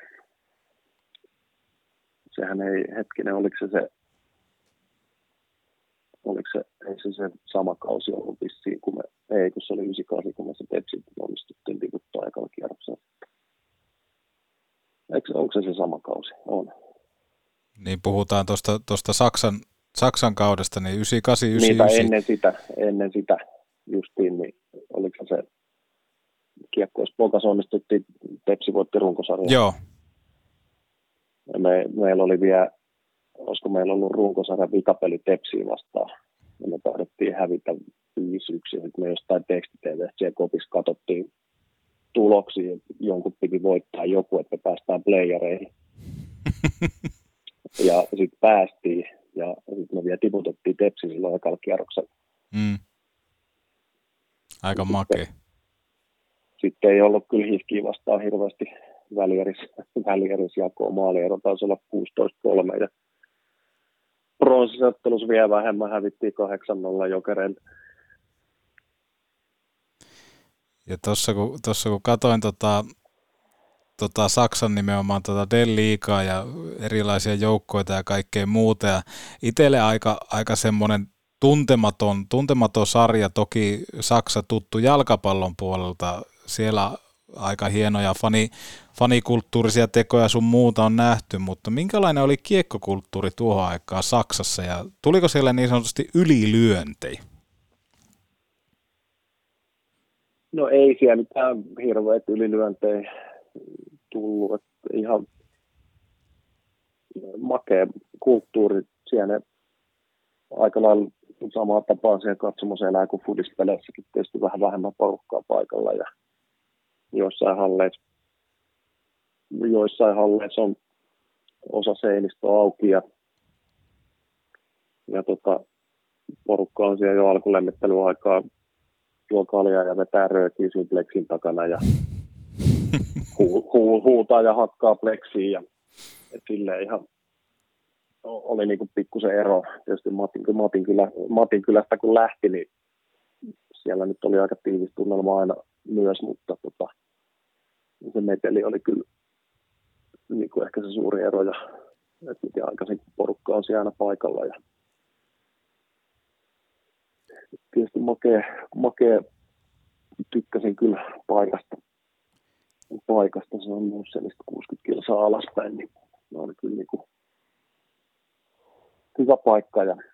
sehän ei, hetkinen, oliko se sama kausi ollut vissiin, kun se oli 98, kun me se Tepsit onnistuttiin tiputtaa ekalla kierroksella. Onko se sama kausi? On. Niin puhutaan tuosta Saksan kaudesta, niin 98, 99. Ennen sitä justiin, niin oliko se kiekko, jos Pokas onnistuttiin, Tepsi voitti runkosarjan. Joo. Ja meillä oli vielä, olisiko meillä ollut runkosarjan vikapeli Tepsiä vastaan. Ja me taidettiin hävitä 5-1, ja sitten me jostain tekstiteevestä kopissa katsottiin tuloksia, että jonkun piti voittaa joku, että me päästään playereihin. Ja sitten päästiin, ja sitten me vielä tiputettiin Tepsi silloin ekalla kierroksella. Aika makea. Sitten ei ollut kyllä Hifkiä vastaan hirveästi välierisjakoa. Maaliero taisi olla 16-3, ja pronssisottelussa vielä vähemmän hävittiin 8-0 Jokereilta. Ja tuossa kun katsoin Saksan nimenomaan D-liigaa ja erilaisia joukkoita ja kaikkea muuta, ja itselle aika semmoinen tuntematon sarja, toki Saksa tuttu jalkapallon puolelta, siellä aika hienoja fanikulttuurisia tekoja sun muuta on nähty, mutta minkälainen oli kiekkokulttuuri tuohon aikaan Saksassa, ja tuliko siellä niin sanotusti ylilyöntejä? No ei siellä mitään hirveät ylilyöntejä tullut, että ihan makea kulttuuri, siellä aika lailla samaa tapaa siellä katsomassa elää kuin fudispeleissäkin, tietysti vähän vähemmän porukkaa paikalla, ja joissain halleissa on osa seinistä auki, ja porukka on siellä jo alkulämmittelyaikaa, juo kaljaa ja vetää röökiä siinä pleksin takana ja huutaa ja hakkaa pleksiin, ja silleen ihan oli niinku pikkusen ero. Tietysti Matin kylästä kun lähti, niin siellä nyt oli aika tiivis tunnelma aina myös, mutta se meteli oli kyllä niinku ehkä se suuri ero, ja että miten aikaisin porukka on siellä aina paikalla. Ja tietysti makea tykkäsin kyllä paikasta. Se on myös sellaista 60 kilsaa alaspäin, niin se oli kyllä niinku hyvä paikka, ja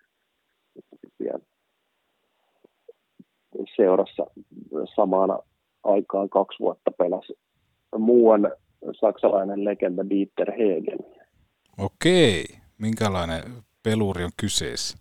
seurassa samana aikaan 2 vuotta pelasi muuan saksalainen legenda Dieter Hegen. Okei, minkälainen peluri on kyseessä?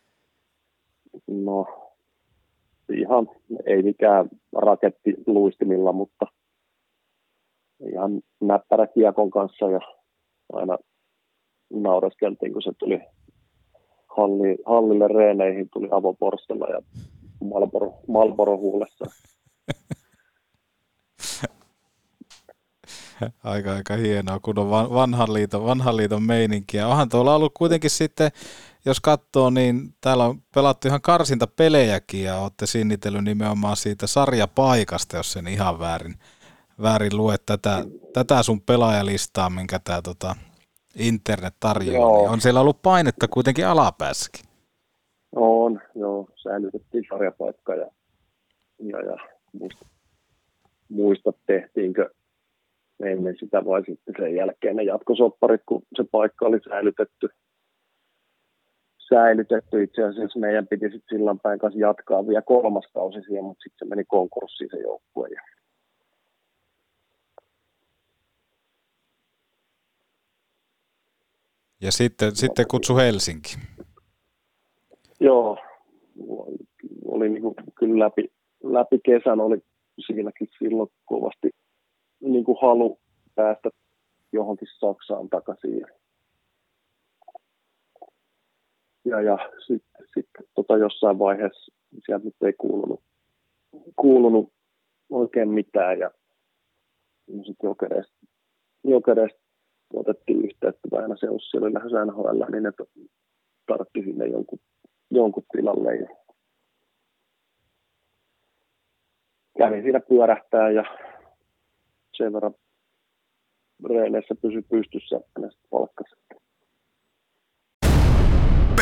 No, ihan ei mikään raketti luistimilla, mutta ihan näppärä kiekon kanssa, ja aina naureskeltiin, kun se tuli hallille reeneihin, tuli avoporstella ja Marlboro huulessa. Aika hienoa, kun on vanhan liiton meininkiä. Onhan tuolla ollut kuitenkin sitten, jos katsoo, niin täällä on pelattu ihan karsintapelejäkin, ja olette sinnitellyt nimenomaan siitä sarjapaikasta, jos sen ihan väärin lue tätä sun pelaajalistaa, minkä tämä internet tarjoaa. Niin on siellä ollut painetta kuitenkin alapäässäkin. On, joo, säilytettiin sarjapaikka, ja muista tehtiinkö ennen sitä vai sitten sen jälkeen ne jatkosopparit, kun se paikka oli säilytetty. Itse asiassa meidän piti sitten silloin päin kanssa jatkaa vielä 3. kausi siihen, mutta sitten se meni konkurssiin se joukkue. Ja sitten kutsu Helsinki. Joo, oli niinku kyllä läpi kesän oli siinäkin silloin kovasti niinku halu päästä johonkin Saksaan takaisin. Ja sitten jossain vaiheessa sieltä nyt ei kuulunut oikein mitään, ja sitten Jokereista otettiin yhteyttä vähän se oli lähes NHL, niin ne tartti sinne jonkun tilalle, ja kävin siinä pyörähtää, ja sen verran reeneissä pysyi pystyssä, ja ne sitten palkkasi.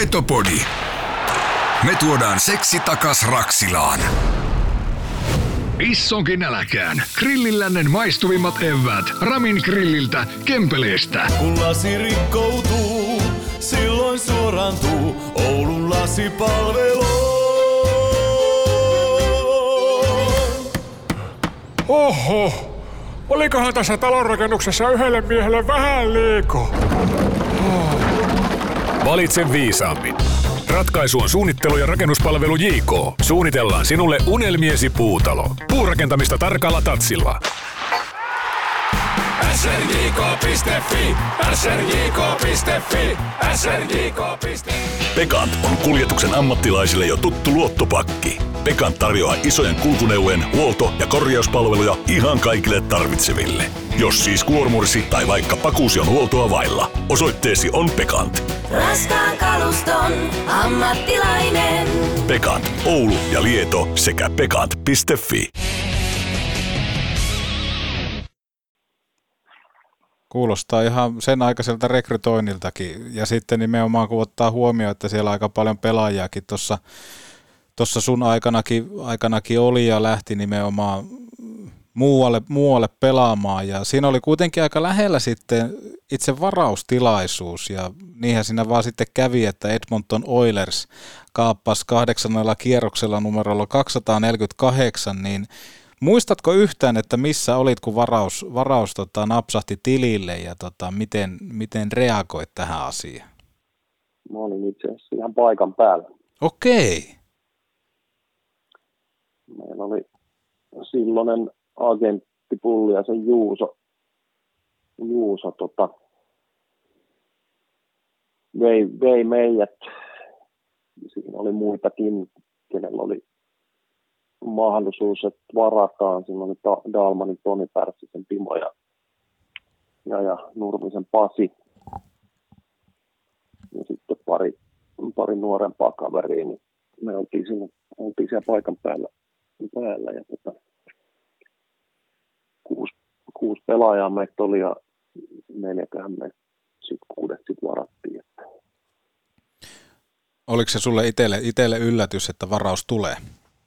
Petopodi. Me tuodaan seksi takas Raksilaan. Issonkin äläkään. Grillillännen maistuvimmat eväät. Ramin grilliltä, Kempeleestä. Kun lasi rikkoutuu, silloin suoraantuu Oulun lasipalvelu. Oho, olikohan tässä talonrakennuksessa yhdelle miehelle vähän liikaa? Valitse viisaammin. Ratkaisu on suunnittelu- ja rakennuspalvelu JK. Suunnitellaan sinulle unelmiesi puutalo. Puurakentamista tarkalla tatsilla. srjk.fi, srjk.fi, srjk.fi. Pekant on kuljetuksen ammattilaisille jo tuttu luottopakki. Pekant tarjoaa isojen kulkuneuvojen huolto- ja korjauspalveluja ihan kaikille tarvitseville. Jos siis kuormursi tai vaikka pakuusi on huoltoa vailla, osoitteesi on Pekant. Raskaan kaluston ammattilainen. Pekant, Oulu ja Lieto sekä pekant.fi. Kuulostaa ihan sen aikaiselta rekrytoinniltakin. Ja sitten nimenomaan kun ottaa huomioon, että siellä aika paljon pelaajiakin tuossa sun aikanakin oli ja lähti nimenomaan muualle pelaamaan. Ja siinä oli kuitenkin aika lähellä sitten itse varaustilaisuus. Ja niinhän siinä vaan sitten kävi, että Edmonton Oilers kaappasi 8. kierroksella numerolla 248, niin muistatko yhtään, että missä olit, kun varaus napsahti tilille ja miten reagoit tähän asiaan? Mä olin itse asiassa ihan paikan päällä. Okei. Meillä oli silloinen agentti Pulliaisen Juuso vei meidät. Siinä oli muitakin, kenellä oli mahdollisuus, että varataan. Siinä oli Dalmanin Toni Pärssisen Timo ja Nurmisen Pasi. Ja sitten pari nuorempaa kaveria, niin me oltiin siellä paikan päällä ja kuusi pelaajaa meitä oli ja 4 me sitten 6 varattiin. Oliko se sulle itselle yllätys, että varaus tulee?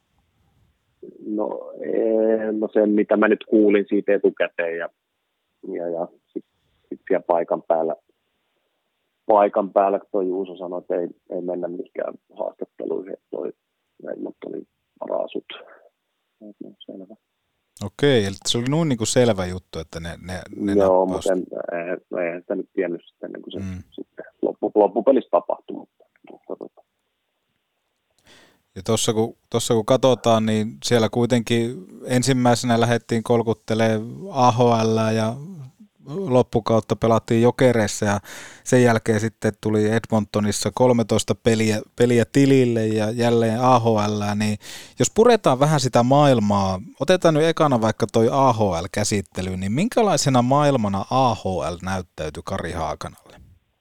No sen, mitä mä nyt kuulin siitä etukäteen ja sitten siellä paikan päällä tuo Juuso sanoi, että ei mennä mihinkään haastatteluihin, että toi Edmontonin varaasut. No, selvä. Okei, eli se oli noin niin kuin selvä juttu, että ne joo, mutta eihän sitä nyt tiennyt sitten, ennen kuin se sitten loppupelissä tapahtui. Ja tuossa kun katsotaan, niin siellä kuitenkin ensimmäisenä lähdettiin kolkuttelemaan AHL ja loppukautta pelattiin Jokereissa ja sen jälkeen sitten tuli Edmontonissa 13 peliä tilille ja jälleen AHL, niin jos puretaan vähän sitä maailmaa, otetaan nyt ekana vaikka toi AHL-käsittely, niin minkälaisena maailmana AHL näyttäytyi Kari Haakanalle?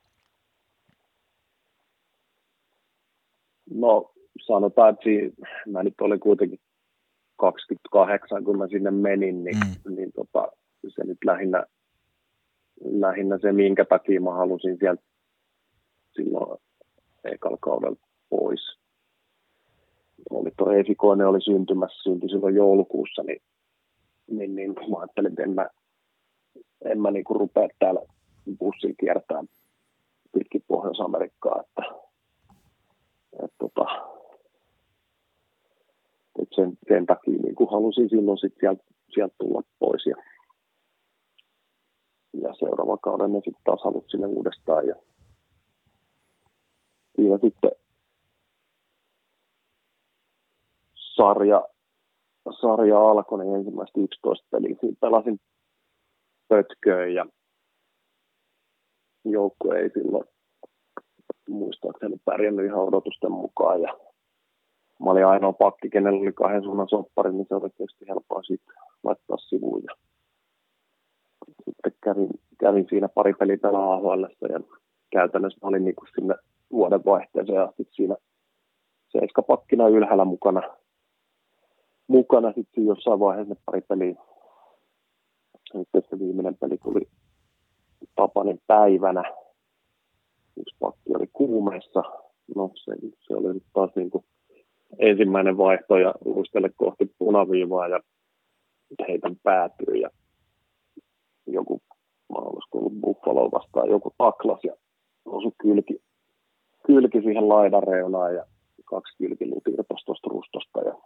No sanotaan, että mä nyt olin kuitenkin 28, kun mä sinne menin, niin se nyt lähinnä se, minkä takia mä halusin sieltä silloin ekalla kaudella pois. Oli tuo esikoinen oli syntyi silloin joulukuussa, niin mä ajattelin, että en mä niinku rupea täällä bussilla kiertämään pitkin Pohjois-Amerikkaa, että sen takia niin halusin silloin sitten sieltä tulla pois ja seuraava kauden ne sitten taas halusi sinne uudestaan ja sitten sarja alkoi, niin ensimmäistä 11 peliä siinä pelasin pötköön ja joukkue ei silloin muistaakseni pärjännyt ihan odotusten mukaan ja mä olin ainoa pakki, kenellä oli 2 suunnan soppari, niin se oli tietysti helppoa siitä laittaa sivuun. Ja sitten kävin siinä pari peliä pelaa AHL:ssä ja käytännössä mä olin niin kuin sinne vuoden vaihteeseen asti siinä seiskapakkina ylhäällä mukana sitten jossain vaiheessa ne pari peliä. Sitten se viimeinen peli tuli Tapanin päivänä. Yksi pakki oli kuumeessa. No se oli nyt taas niin kuin ensimmäinen vaihto ja luistelle kohti punaviivaa ja heitän päätyyn ja joku, mä olisiko ollut Buffalo vastaan, joku taklas ja osui kylki siihen laidan reunaan ja 2 kylkiluut irtosi tuosta rustosta ja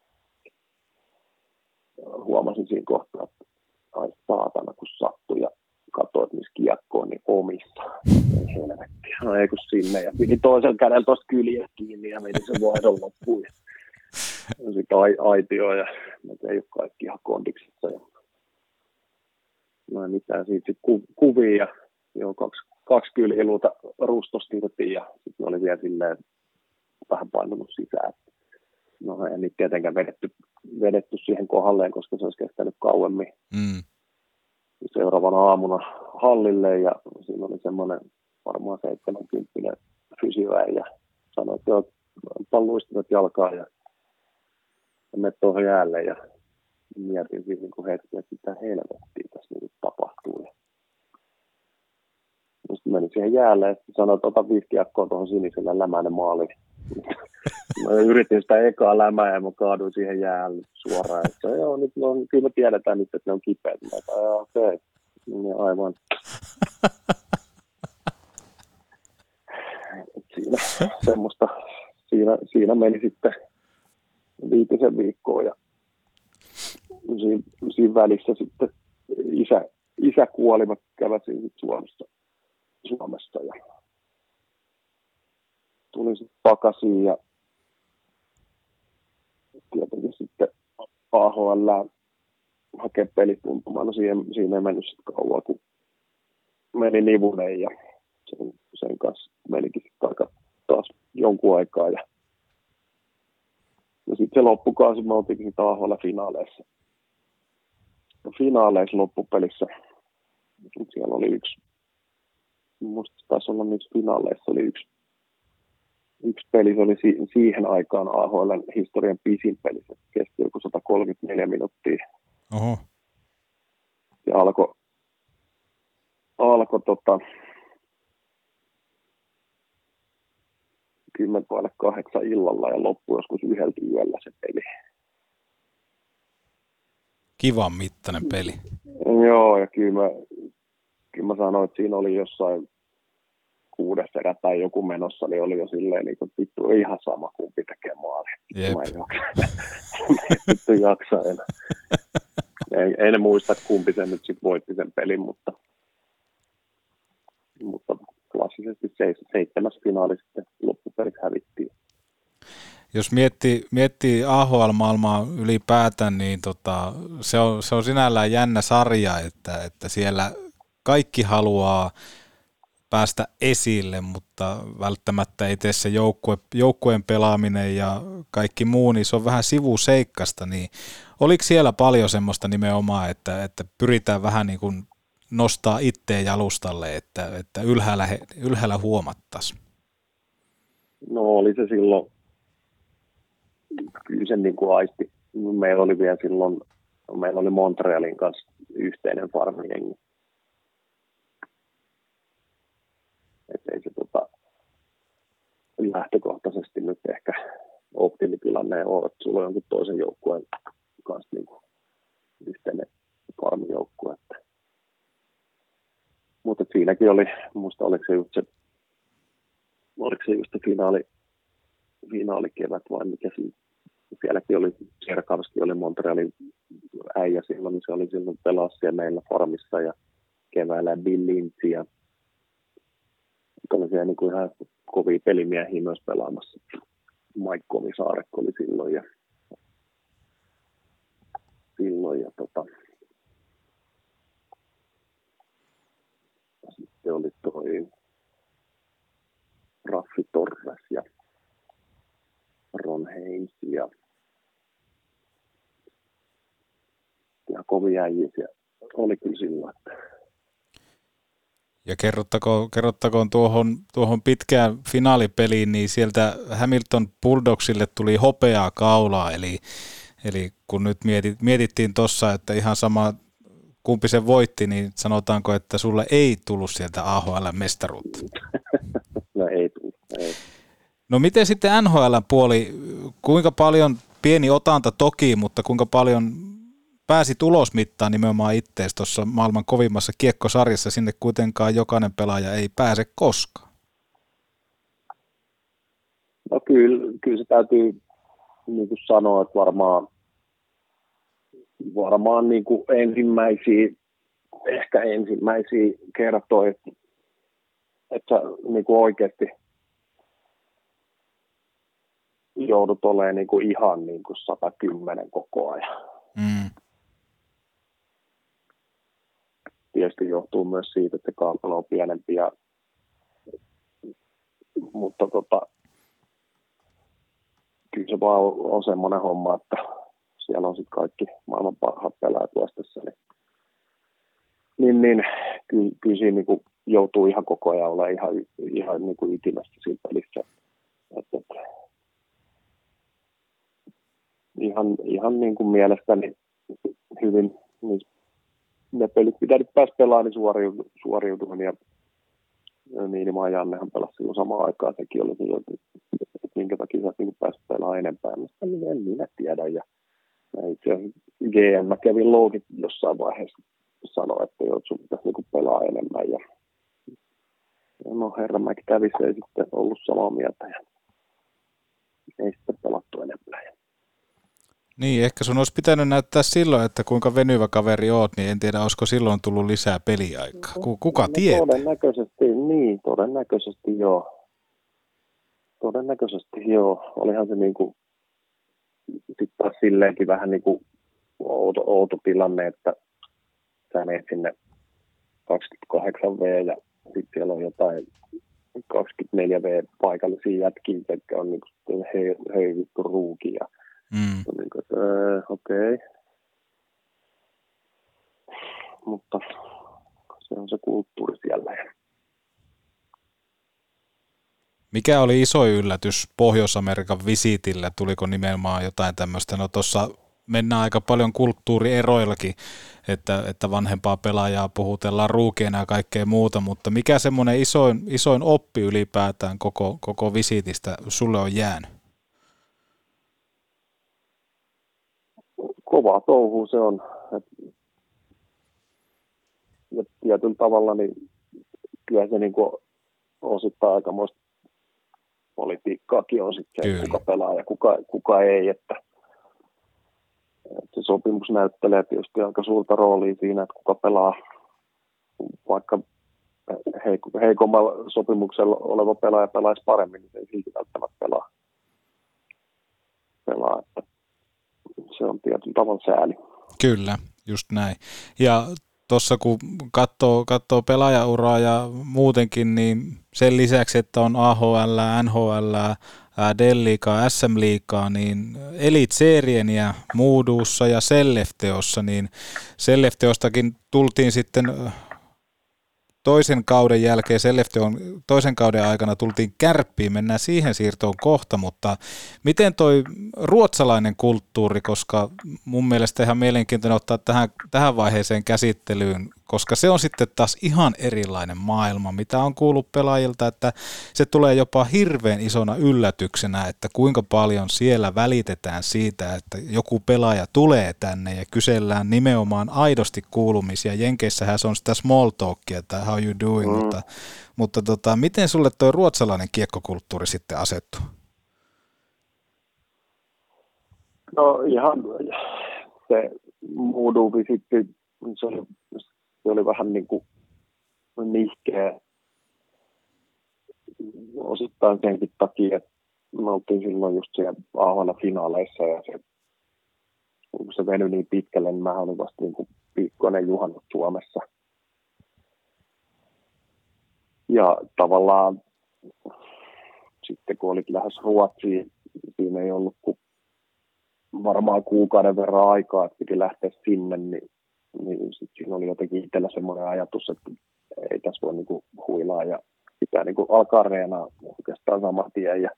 huomasin siinä kohtaa, että ai saatana kun sattui ja katsoin, missä kiekko on, niin omissa. Ei helvetti. No ei kun sinne ja piti toisella kädellä tuosta kyliä kiinni ja meni sen vaihdon loppuun. Sitten aitioon ja ei ole kaikki ihan kondiksissa. No ei mitään, siitä sitten kuvia ja joo, kaksi kyliluuta rustosta irti ja sitten oli vielä silleen vähän painunut sisään. No ei niitä tietenkään vedetty siihen kohdalleen, koska se olisi kestänyt kauemmin. Seuraavana aamuna hallille ja siinä oli semmoinen varmaan 70 fysioäijä ja sanoi, että ottaa luistimet jalkaan ja mene tuohon jäälle ja mietin siinä niin hetki, että mitä helvettiä tässä niin tapahtuu. Ja sitten menin siihen jäälle ja sanoin, että ota 5 kiekkoa tuohon siniselle lämäinen maaliin. Mä yritin sitä ekaa lämää ja mä kaaduin siihen jäälle suoraan. Että joo, nyt kyllä me tiedetään nyt, että ne on kipeät. Mä sanoin, okei. Ja aivan. Siinä semmoista. Siinä meni sitten 5 viikkoa ja siinä välissä sitten isä kuoli. Mä käväsin sitten Suomessa ja tulin sitten takaisin ja tietenkin sitten AHL hakea pelituntumaan. No siinä ei mennyt sitten kauan, kun meni Nivunen ja sen kanssa menikin sitten aika taas jonkun aikaa. Ja sitten se loppukausi me oltiinkin sitten AHL-finaaleissa. Finaaleissa loppupelissä siellä oli musta taisi olla niissä finaaleissa oli yksi peli, se oli siihen aikaan AHL:n historian pisin peli, se kesti joku 134 minuuttia. Oho. Ja alkoi 7:50 illalla ja loppui joskus 1 yöllä se peli. Kivan mittainen peli. Joo, ja kyllä mä sanoin, että siinä oli jossain 6. erä tai joku menossa, niin oli jo silleen, niin kuin vittu ihan sama kumpi tekee maali. Mä en jaksa enää. En muista, kumpi sen nyt sitten voitti sen pelin, mutta klassisesti 7. finaali sitten loppupelit hävittiin. Jos miettii AHL-maailmaa ylipäätään, niin se on sinällään jännä sarja, että siellä kaikki haluaa päästä esille, mutta välttämättä ei tee se joukkueen pelaaminen ja kaikki muu, niin se on vähän sivuseikkasta. Niin oliko siellä paljon semmoista nimenomaan, että pyritään vähän niin kuin nostaa itteen jalustalle, että ylhäällä huomattaisiin? No oli se silloin, kyllä sen niin kuin aisti. Meillä oli vielä silloin, meillä oli Montrealin kanssa yhteinen farmijengi. Että ei se lähtökohtaisesti nyt ehkä optimitilanne ole, että sulla on jonkun toisen joukkueen kanssa niin kuin yhteinen farmijoukkue. Mutta siinäkin oli, muista oliko se just se finaalikevät vai mikä siinä. Sielläkin oli, Serkavski oli Montrealin äijä silloin, niin se oli silloin pelasi siellä meillä farmissa ja keväällä Bill Lynch ja oli siellä niin kuin ihan kovia pelimiehiä myös pelaamassa. Mike Komisaarekko oli silloin ja sitten oli toi Raffi Torres ja Ron Haynes ja kovia äijiä oli kyllä silloin. Ja kerrottakoon tuohon pitkään finaalipeliin, niin sieltä Hamilton Bulldogsille tuli hopeaa kaulaa, eli kun nyt mietittiin tuossa, että ihan sama kumpi se voitti, niin sanotaanko, että sulle ei tullut sieltä AHL-mestaruutta? No ei tullut, ei. No miten sitten NHL-puoli, kuinka paljon, pieni otanta toki, mutta kuinka paljon pääsit ulosmittaan nimenomaan ittees tuossa maailman kovimmassa kiekkosarjassa. Sinne kuitenkaan jokainen pelaaja ei pääse koskaan. No kyllä se täytyy niin kuin sanoa, että varmaan niin kuin ensimmäisiä kertoi, että niin kuin oikeasti joudut olemaan niin kuin ihan niin kuin 110 koko ajan. Tietysti johtuu myös siitä, että kaukalo on pienempi, mutta kyllä se vaan on semmoinen homma, että siellä on sitten kaikki maailman parhaat pelaajat vastassa, niin kyllä siinä niin kuin joutuu ihan koko ajan olemaan ihan niin kuin ytimessä siinä pelissä. Ihan niin kuin mielestäni hyvin niin ne pelit, mitä nyt pääsi pelaamaan, niin suoriutuin ja Niinimaa Jannehan pelasi silloin samaan aikaan. Sekin oli silloin, että minkä takia sä niin pääsi pelaamaan enempää. En minä tiedä. Ja itse asiassa GM kävin loukit jossain vaiheessa sanoa, että sun pitäisi niin pelaa enemmän. Ja no Herramäki kävi, se ei sitten ollut samaa mieltä ja ei sitten pelattu enemmän. Niin, ehkä sun olisi pitänyt näyttää silloin, että kuinka venyvä kaveri oot, niin en tiedä, olisiko silloin tullut lisää peliaikaa. Kuka tietää? Todennäköisesti joo. Olihan se niinku, sitten taas silleenkin vähän niinku outo tilanne, että sä menet sinne 28V ja sitten siellä on jotain 24V paikallisia jätkiä, jotka on niinku hei vittu ruukia. Niin okei. Mutta se on se kulttuuri siellä. Mikä oli iso yllätys Pohjois-Amerikan visitillä? Tuliko nimenomaan jotain tämmöistä? No tuossa mennään aika paljon kulttuurieroillakin, että vanhempaa pelaajaa puhutellaan ruukeena ja kaikkea muuta, mutta mikä semmoinen isoin oppi ylipäätään koko visitistä sulle on jäänyt? Kovaa touhua se on. Ja tietyllä tavalla niin kyllä se niinku osittain aikamoista politiikkaakin on sitten se, kuka pelaa ja kuka ei. Että se sopimus näyttelee tietysti aika suurta roolia siinä, että kuka pelaa. Vaikka heikommalla sopimuksella oleva pelaaja pelaisi paremmin, niin se ei silti välttämättä pelaa. Että se on tietyllä tavalla sääli. Kyllä, just näin. Ja tuossa kun katsoo pelaajauraa ja muutenkin, niin sen lisäksi, että on AHL, NHL, D-liigaa, SM-liigaa, niin Elitserien ja Mooduussa ja Sellefteossa, niin Sellefteostakin tultiin sitten toisen kauden jälkeen, Sellefteon toisen kauden aikana tultiin Kärppiin, mennään siihen siirtoon kohta, mutta miten toi ruotsalainen kulttuuri, koska mun mielestä ihan mielenkiintoinen ottaa tähän vaiheeseen käsittelyyn, koska se on sitten taas ihan erilainen maailma, mitä on kuullut pelaajilta, että se tulee jopa hirveän isona yllätyksenä, että kuinka paljon siellä välitetään siitä, että joku pelaaja tulee tänne ja kysellään nimenomaan aidosti kuulumisia. Jenkeissähän se on sitä small talkia, että how you doing, mutta miten sulle toi ruotsalainen kiekkokulttuuri sitten asettuu? No ihan se Moodoo-visitti, se oli vähän niin kuin nihkeä osittain senkin takia, että me oltiin silloin just siellä AHL-finaaleissa ja kun se venyi niin pitkälle, niin mä olin vasta niin kuin viikkoinen juhannut Suomessa. Ja tavallaan sitten kun olit lähes Ruotsiin, siinä ei ollut kuin varmaan kuukauden verran aikaa, että piti lähteä sinne, niin sitten siinä oli jotenkin itsellä semmoinen ajatus, että ei tässä voi niinku huilaa ja pitää niinku alkaa reenaa oikeastaan saman tien. Ja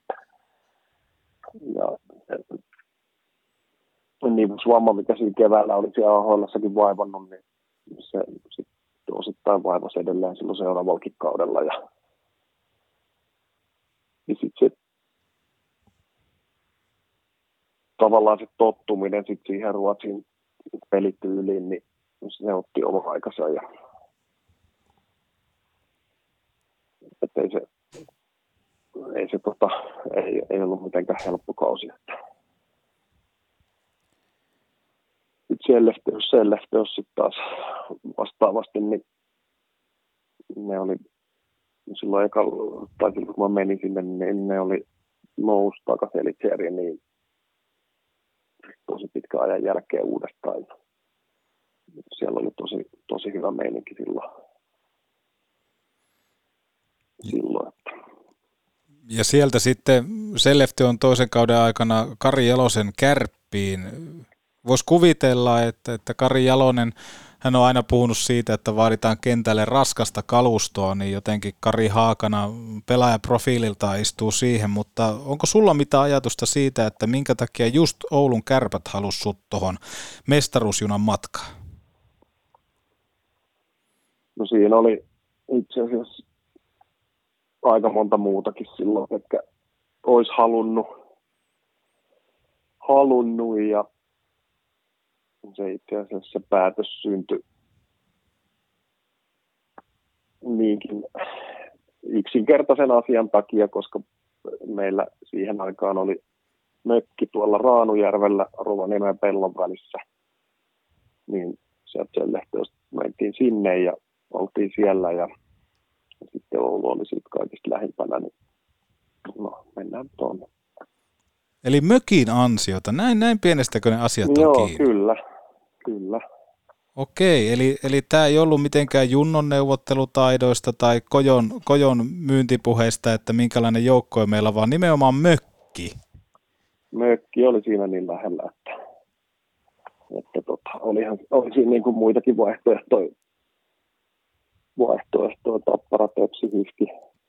niin Suomma, mikä siinä keväällä oli siellä AHL:ssakin vaivannut, niin se osittain vaivasi edelleen silloin seuraavallakin kaudella. Ja sitten se tavallaan se tottuminen sit siihen Ruotsin pelityyliin, niin se otti oma aikansa. Ja että ei ollut mitenkään helppo kausi. Sellefteys sitten taas vastaavasti, niin ne oli silloin silloin kun mä menin sinne, niin ne oli noussut takaisin Elitserien niin tosi pitkän ajan jälkeen uudestaan. Siellä oli tosi hyvä meininki silloin. Ja sieltä sitten Sellefte on toisen kauden aikana Kari Jalosen Kärppiin. Voisi kuvitella, että Kari Jalonen, hän on aina puhunut siitä, että vaaditaan kentälle raskasta kalustoa, niin jotenkin Kari Haakana pelaajaprofiililtaan istuu siihen, mutta onko sulla mitään ajatusta siitä, että minkä takia just Oulun Kärpät halusi sut tuohon mestaruusjunan matkaan? No siinä oli itse asiassa aika monta muutakin silloin, että olisi halunnut ja se itse asiassa se päätös syntyi niinkin yksinkertaisen asian takia, koska meillä siihen aikaan oli mökki tuolla Raanujärvellä Rovaniemen ja Pellon välissä, niin sieltä Sellefteosta mentiin sinne ja oltiin siellä ja sitten Oulu oli siitä kaikista lähimpänä, niin no mennään tuonne. Eli mökin ansiota, näin pienestäkö ne asiat on kiinni? Joo, kyllä. Okei, eli tämä ei ollut mitenkään Junnon neuvottelutaidoista tai Kojon myyntipuheista, että minkälainen joukkue meillä, vaan nimenomaan mökki. Mökki oli siinä niin lähellä, että oli siinä niin kuin muitakin vaihtoehtoja, Tappara, Tepsi, Hyski.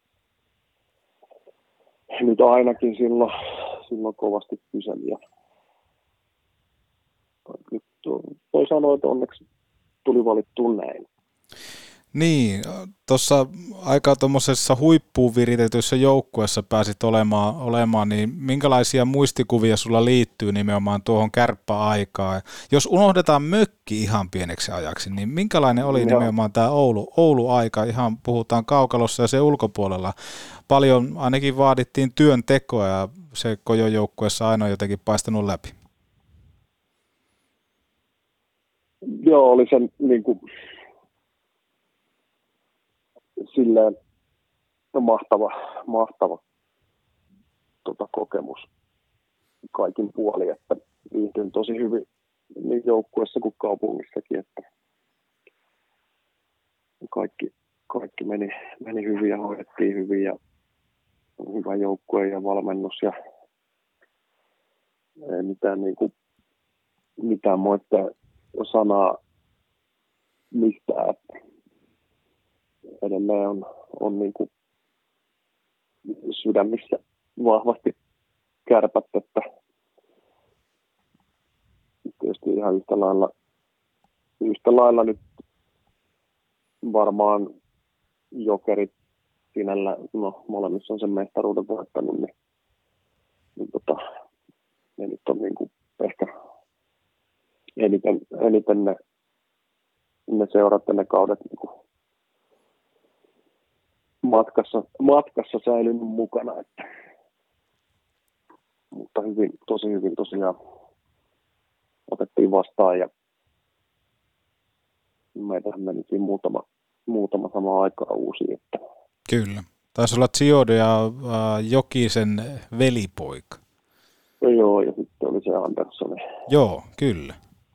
Nyt ainakin silloin kovasti kyseli. Nyt voi sanoa, että onneksi tuli valittua näin. Niin, tuossa aika tuommoisessa huippuun viritetyssä joukkueessa pääsit olemaan, niin minkälaisia muistikuvia sulla liittyy nimenomaan tuohon kärppäaikaan? Jos unohdetaan mökki ihan pieneksi ajaksi, niin minkälainen oli nimenomaan tämä Oulu-aika? Ihan puhutaan kaukalossa ja sen ulkopuolella. Paljon ainakin vaadittiin työntekoa ja se Kojon joukkueessa aina on jotenkin paistanut läpi. Joo, oli se niin kuin silleen mahtava kokemus kaikin puolin, että viihdyin tosi hyvin niin joukkueessa kuin kaupungissakin, että kaikki meni hyvin ja hoidettiin hyvin ja hyvä joukkue ja valmennus ja ei mitään moittaa sanaa mistään. Edelleen on niin kuin sydämissä vahvasti Kärpät, että tietysti ihan yhtä lailla nyt varmaan Jokerit sinällä, no molemmissa on sen mestaruuden voittanut, niin ne nyt on niin kuin ehkä eniten ne seurat ja ne kaudet niin kuin matkassa säilynyt mukana, mutta tosi hyvin tosiaan otettiin vastaan ja meitähän menikin muutama sama aikaa uusi. Että. Kyllä. Taisi olla Ziodo ja Jokisen velipoika. Joo, ja sitten oli se Andersson. Joo, kyllä.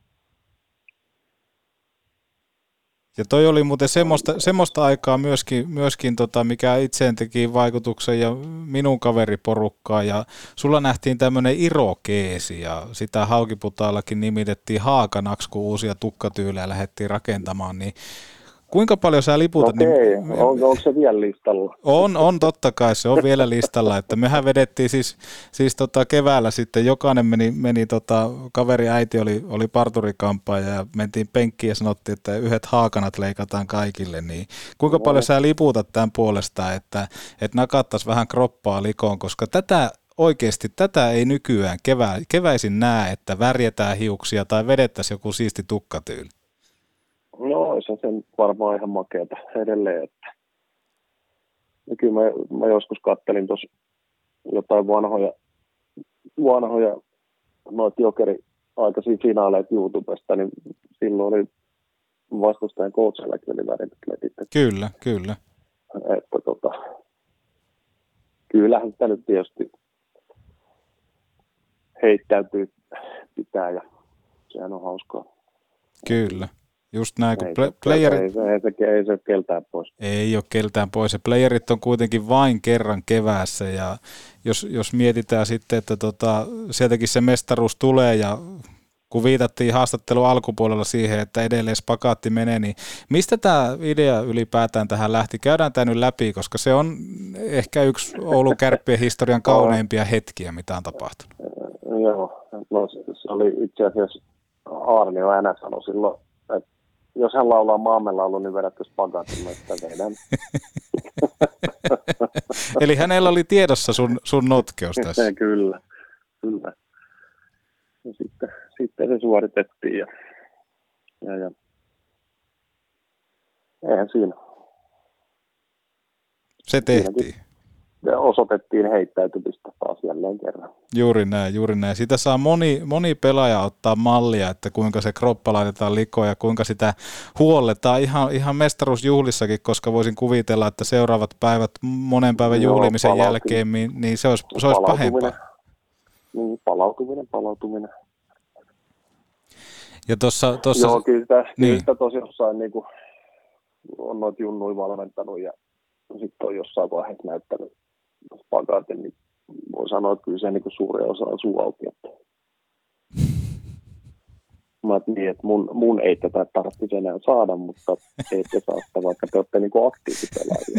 Ja toi oli muuten semmoista aikaa myöskin mikä itseen teki vaikutuksen ja minun kaveriporukkaa. Ja sulla nähtiin tämmöinen irokeesi ja sitä Haukiputaallakin nimitettiin Haakanaksi, kun uusia tukkatyylejä lähdettiin rakentamaan. Niin kuinka paljon sä liputat? Okei, onko se vielä listalla? On totta kai, se on vielä listalla. Että mehän vedettiin siis keväällä sitten, jokainen meni kaveri äiti oli parturikampaaja ja mentiin penkkiin ja sanottiin, että yhdet haakanat leikataan kaikille. Niin kuinka paljon sä liputat tämän puolesta, että nakattaisiin vähän kroppaa likoon, koska tätä oikeasti tätä ei nykyään keväisin näe, että värjätään hiuksia tai vedettäisiin joku siisti tukkatyyli. No, se on sen varmaan ihan makeata edelleen. Että. Ja kyllä mä joskus kattelin tuossa jotain vanhoja noita Jokeri-aikaisia finaaleita YouTubesta, niin silloin oli vastustajan coachillakin oli värityt letit. Kyllä. Että kyllähän sitä nyt tietysti heittäytyy pitää ja sehän on hauskaa. Kyllä. Just näin, kun Ei se ole keltään pois. Ei ole keltään pois. Ja playerit on kuitenkin vain kerran keväässä. Ja jos mietitään sitten, että sieltäkin se mestaruus tulee ja kun viitattiin haastattelun alkupuolella siihen, että edelleen spagaatti menee, niin mistä tämä idea ylipäätään tähän lähti? Käydään tämä nyt läpi, koska se on ehkä yksi Oulun Kärppien historian kauneimpia hetkiä, mitä on tapahtunut. Joo, no se oli itse asiassa Aarnio Änä sanoi silloin, että jos hän laulaa maamelaulun, niin vedätkö spagaatin, että tehdään. Eli hänellä oli tiedossa sun notkeus tässä. Kyllä. Ja sitten se suoritettiin ja eihän siinä. Se tehtiin. Ja osoitettiin heittäytymistä taas jälleen kerran. Juuri näin. Sitä saa moni pelaaja ottaa mallia, että kuinka se kroppa laitetaan likoon ja kuinka sitä huolletaan ihan mestaruusjuhlissakin, koska voisin kuvitella, että seuraavat päivät monen päivän juhlimisen jälkeen, niin se olisi pahempaa. Niin, palautuminen. Ja tossa joo, kyllä sitä tosi jossain niin kuin, on noita junnuja valmentanut ja sitten on jossain vaiheessa näyttänyt spagaatin, niin voi sanoa, että kyllä se niin kuin suuri osa on suu auki. Mä niin, että mun ei tätä tarvitsisi enää saada, mutta ette saa sitä, vaikka te olette niin kuin aktiivipelaajia.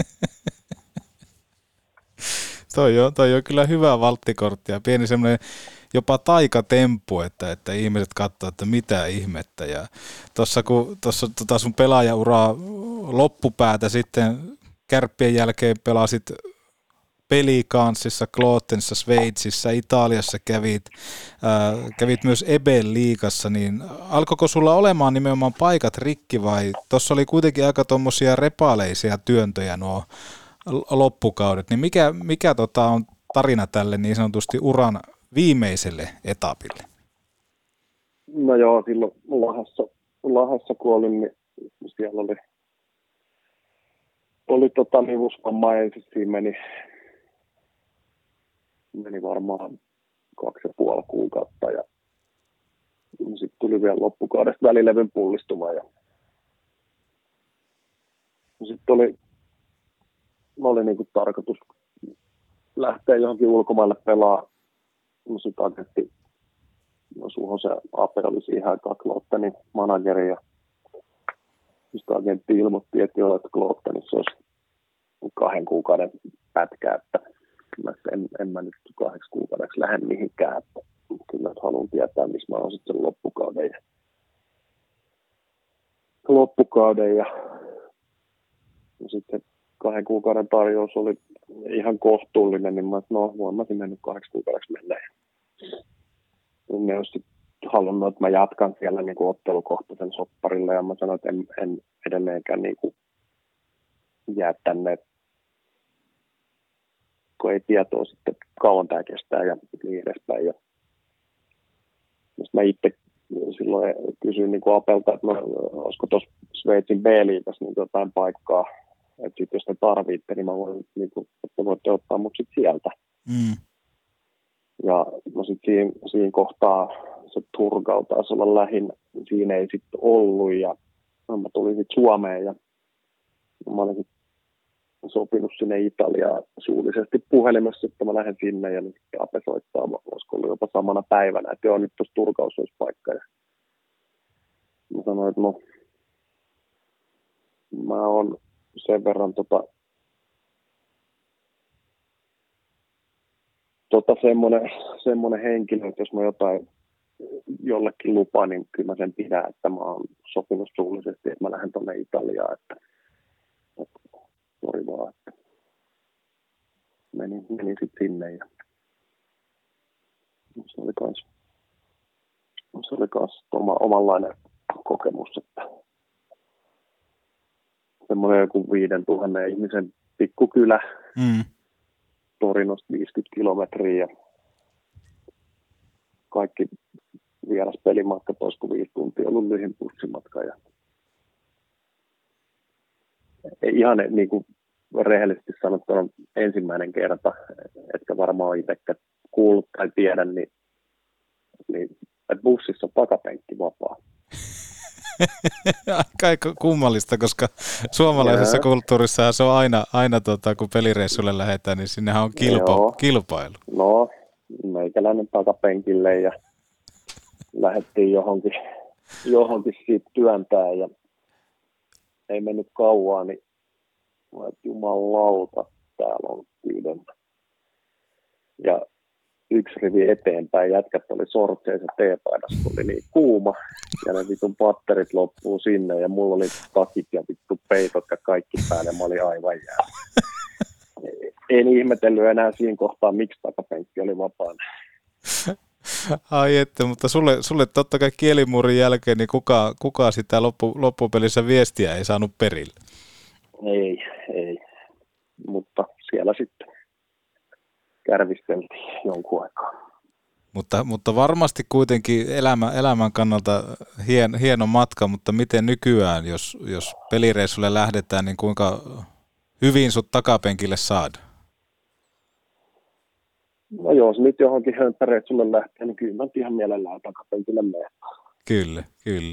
Toi on kyllä hyvä valttikortti ja pieni semmoinen jopa taikatemppu, että ihmiset katsoo, että mitä ihmettä. Ja kun sun pelaajauraa loppupäätä sitten Kärppien jälkeen pelasit Pelicansissa, Klotenissa, Sveitsissä, Italiassa kävit myös Eben liigassa, niin alkoiko sulla olemaan nimenomaan paikat rikki vai tuossa oli kuitenkin aika tuommoisia repaleisia työntöjä nuo loppukaudet, niin mikä on tarina tälle niin sanotusti uran viimeiselle etapille? No joo, silloin Lahassa kun olin, niin siellä oli nivusvamma ensin, siinä meni varmaan 2,5 kuukautta ja sitten tuli vielä loppukaudesta välilevyn pullistuma ja sitten oli niinku tarkoitus lähteä johonkin ulkomaille pelaa. Sitten agentti, Suhosen Ape oli siihen aikaan Klottenin manageri ja sitten agentti ilmoitti, että joo, että Klottenissa olisi 2 kuukauden pätkä, että en mä nyt 2 kuukaudeksi lähde mihinkään, että kyllä haluan tietää, missä mä oon sitten loppukauden ja sitten 2 kuukauden tarjous oli ihan kohtuullinen, niin mä että voin mä sinne nyt 2 kuukaudeksi mennä. Ne olisi halunnut, että mä jatkan siellä niin kuin ottelukohtaisen sopparilla ja mä sanoin, että en edelleenkään niin kuin jää tänne, kun ei tietoa sitten kauan tämä kestää ja niin edespäin. Ja mä itse silloin kysyin niin kuin Apelta, että olisiko tuossa Sveitsin B-liigassa niin jotain paikkaa, että sitten jos ne tarvitte, niin mä voin, niin kuin, että voitte ottaa mut sitten sieltä. Mm. Ja no sitten siinä kohtaa se Turgau taisi olla lähinnä, siinä ei sitten ollut ja mä tulin sitten Suomeen ja mä olin sopinut sinne Italiaan suullisesti puhelimessa, että mä lähden sinne ja sitten Ape soittaa, olisiko ollut jopa samana päivänä, että joo, nyt tuossa Turgaussa olisi paikka. Ja mä sanoin, että no, mä oon sen verran semmoinen henkilö, että jos mä jotain jollekin lupaan, niin kyllä mä sen pidän, että mä oon sopinut suullisesti, että mä lähden tuonne Italiaan, että sori vaan, että menin sitten sinne ja Se oli kans omanlainen kokemus, että semmoinen joku 5000 ihmisen pikkukylä, Torinosta 50 kilometriä ja kaikki vieras pelimatka, olisiko 5 tuntia ollut lyhin bussimatka. Ja ihan niin kuin rehellisesti sanottuna ensimmäinen kerta, etkä varmaan itsekään kuullut tai tiedä, niin bussissa on takapenkki vapaa. Aika kummallista, koska suomalaisessa kulttuurissa se on aina kun pelireissulle lähdetään, niin sinnehän on kilpailu. No, meikäläinen takapenkille ja lähdettiin johonkin siitä työntää ja ei mennyt kauaa, niin jumalauta, täällä on kyydemmä. Ja yksi rivi eteenpäin, jätkät oli sortseissa teepaidassa, oli niin kuuma, ja ne vitun patterit loppuu sinne, ja mulla oli takit ja vittu peitot ja kaikki päälle, mä olin aivan jäällä. En ihmetellyt enää siinä kohtaa, miksi takapenkki oli vapaana. Ai että, mutta sulle totta kai kielimuurin jälkeen, niin kuka sitä loppupelissä viestiä ei saanut perille? Ei, mutta siellä sitten kärvisteltiin jonkun aikaa. Mutta varmasti kuitenkin elämän kannalta hieno matka, mutta miten nykyään, jos pelireissulle lähdetään, niin kuinka hyvin sut takapenkille saadaan? No jos nyt johonkin hömppäreissulle lähtee, niin kyllä mä ihan mielellään takapenkille menen. Kyllä.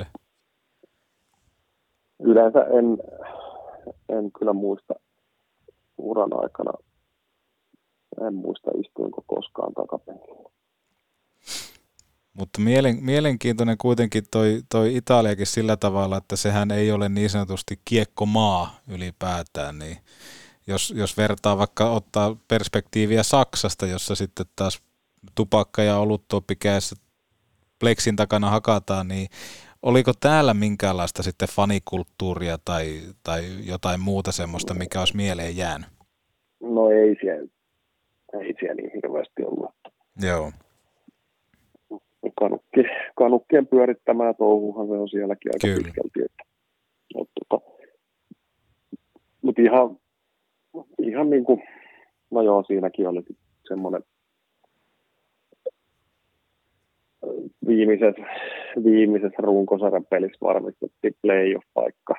Yleensä en kyllä muista uran aikana, en muista istuinko koskaan takapenkillä. Mutta mielenkiintoinen kuitenkin toi Italiakin sillä tavalla, että sehän ei ole niin sanotusti kiekkomaa ylipäätään, niin jos vertaa vaikka ottaa perspektiiviä Saksasta, jossa sitten taas tupakka ja oluttuoppi kädessä pleksin takana hakataan, niin oliko täällä minkäänlaista sitten fanikulttuuria tai jotain muuta semmoista, mikä olisi mieleen jäänyt? No ei siellä niin hirveästi ollut. Joo. Kanukkien pyörittämää touhuhan se on sielläkin aika pitkälti. Mutta ihan niin kuin, no joo, siinäkin oli semmoinen viimeisessä runkosarjan pelissä varmistettiin playoff-paikka.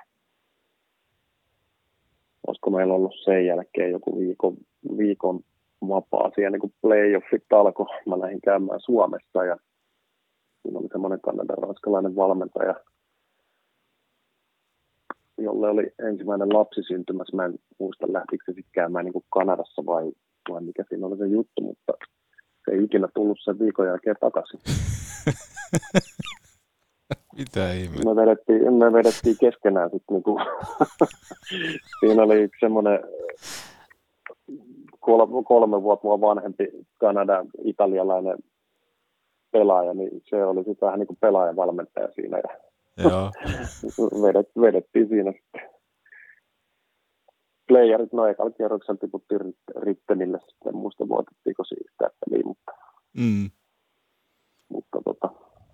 Olisiko meillä ollut sen jälkeen joku viikon vapaa siellä, niin kuin playoffit alkoi. Mä lähdin käymään Suomessa ja siinä oli semmoinen kanadan-ranskalainen valmentaja, jolle oli ensimmäinen lapsi syntymässä. Mä en muista, lähtikö se sitten käymään niin kuin Kanadassa vai mikä siinä oli se juttu, mutta se ei ikinä tullut sen viikon jälkeen takaisin. Mitä ihmettä? Me vedettiin keskenään sitten niinku siinä oli yksi semmoinen 3 vuotta vanhempi Kanadan italialainen pelaaja, niin se oli sitten vähän niin kuin pelaajavalmentaja siinä ja joo. vedettiin siinä sitten playerit, no ekalla kierroksella tiputtiin Rittenille sitten, muista voitettiinko siitä peliä, mutta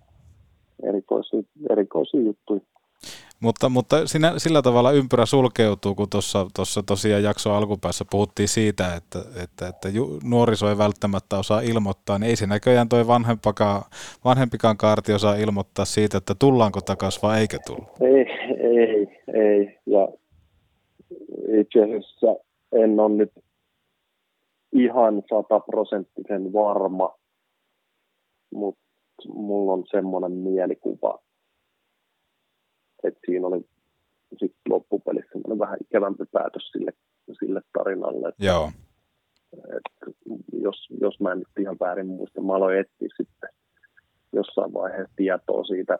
erikoisia juttuja. Mutta sillä tavalla ympyrä sulkeutuu, kun tuossa tosiaan jakson alkupäässä puhuttiin siitä, että nuoriso ei välttämättä osaa ilmoittaa, niin ei se näköjään toi vanhempikaan kaarti osaa ilmoittaa siitä, että tullaanko takaisin vai eikä tulla. Ei. Ja itse asiassa en ole nyt ihan 100% varma, mutta mulla on semmoinen mielikuva, että siinä oli sitten loppupelissä semmoinen vähän ikävämpi päätös sille tarinalle. Joo. Jos mä en nyt ihan väärin muista, mä aloin etsiä sitten jossain vaiheessa tietoa siitä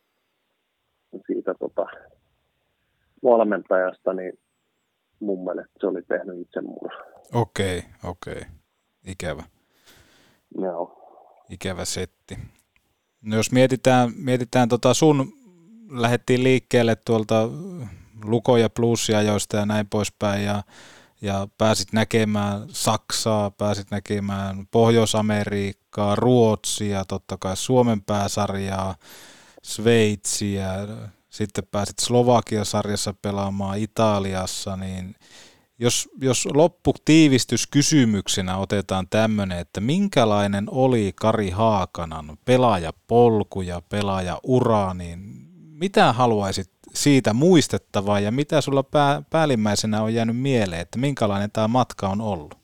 valmentajasta, niin mun mielestä se oli tehnyt itsemurhaa. Okei. Ikävä. Joo. Ikävä setti. No jos mietitään sun, lähdettiin liikkeelle tuolta Luko- ja Blues-ajoista ja näin poispäin, ja pääsit näkemään Saksaa, pääsit näkemään Pohjois-Amerikkaa, Tanskaa, Ruotsia, totta kai Suomen pääsarjaa, Sveitsiä, sitten pääsit Slovakia-sarjassa pelaamaan Italiassa, niin jos lopputiivistyskysymyksenä otetaan tämmöinen, että minkälainen oli Kari Haakanan pelaajapolku ja pelaajaura, niin mitä haluaisit siitä muistettavaa ja mitä sulla päällimmäisenä on jäänyt mieleen, että minkälainen tämä matka on ollut?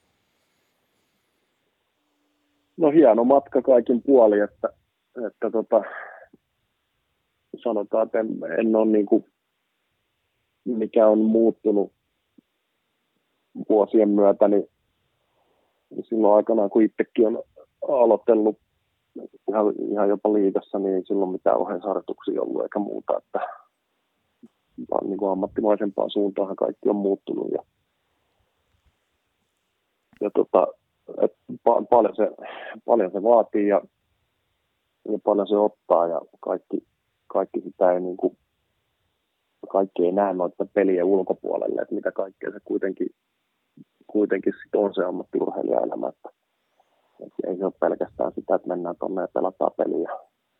No hieno matka kaikin puoli, että sanotaan, että en ole niin kuin, mikä on muuttunut vuosien myötä, niin silloin aikanaan, kun itsekin on aloitellut ihan jopa liigassa, niin silloin mitään ohjeisharjoituksia ollut eikä muuta, että vaan niin kuin ammattimaisempaan suuntaan kaikki on muuttunut ja paljon se vaatii ja paljon se ottaa ja kaikki sitä ei niin kuin, kaikki ei näe noita pelien ulkopuolelle, että mitä kaikkea se kuitenkin sit on se ammattiurheilijaelämä, että ei se ole pelkästään sitä, että mennään tuonne ja pelataan peliä,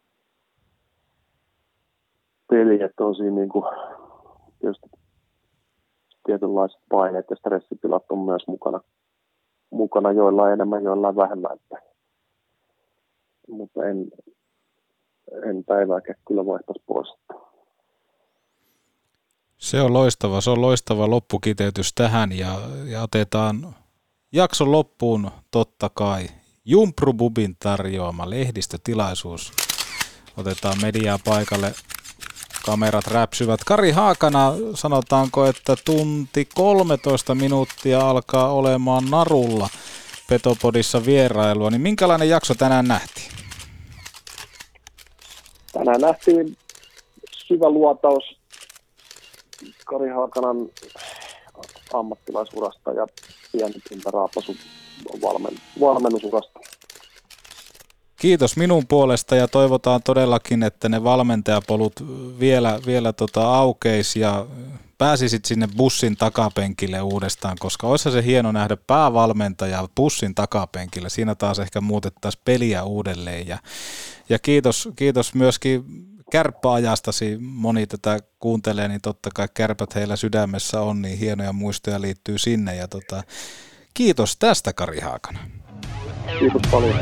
että on siinä niin kuin, tietysti tietynlaiset paineet ja stressitilat on myös mukana joillain enemmän, joillain vähemmän, mutta en päivääkään kyllä vaihtaisi pois. Se on loistava loppukiteytys tähän ja otetaan jakson loppuun totta kai Jumprububin tarjoama lehdistötilaisuus. Otetaan mediaa paikalle, kamerat räpsyvät. Kari Haakana, sanotaanko, että tunti 13 minuuttia alkaa olemaan narulla Petopodissa vierailua, niin minkälainen jakso tänään nähtiin? Tänään nähtiin syvä luotaus Kari Haakanan ammattilaisurasta ja pieni pintaraapasu valmennusurasta. Kiitos minun puolesta ja toivotaan todellakin, että ne valmentajapolut vielä aukeisi ja pääsisit sinne bussin takapenkille uudestaan, koska olisi se hieno nähdä päävalmentaja bussin takapenkillä. Siinä taas ehkä muutettaisiin peliä uudelleen ja kiitos myöskin kärppäajastasi. Moni tätä kuuntelee, niin totta kai kärpät heillä sydämessä on, niin hienoja muistoja liittyy sinne ja kiitos tästä, Kari Haakana. Kiitos paljon.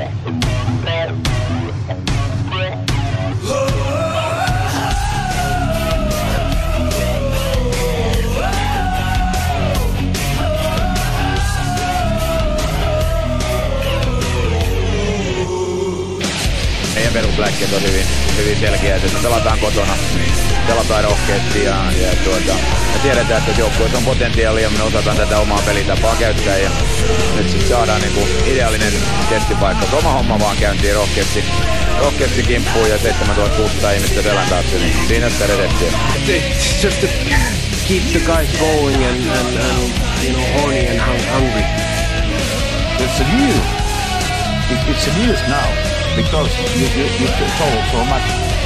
Meidän perusläkkeet on hyvin selkeä, että me pelataan kotona, pelataan rohkeasti ja me tiedetään, että joukkueessa on potentiaalia, me osataan tätä omaa pelitapaa käyttää ja nyt sitten saadaan niinku ideaalinen testipaikka. Oma homma vaan käyntiin rohkeasti kimppuun ja 7600 ihmistä selän taakse, niin siinä sitä reseptiä. It's just to keep the guys going and you know, horny and hungry. It's a news now. Because you told so much.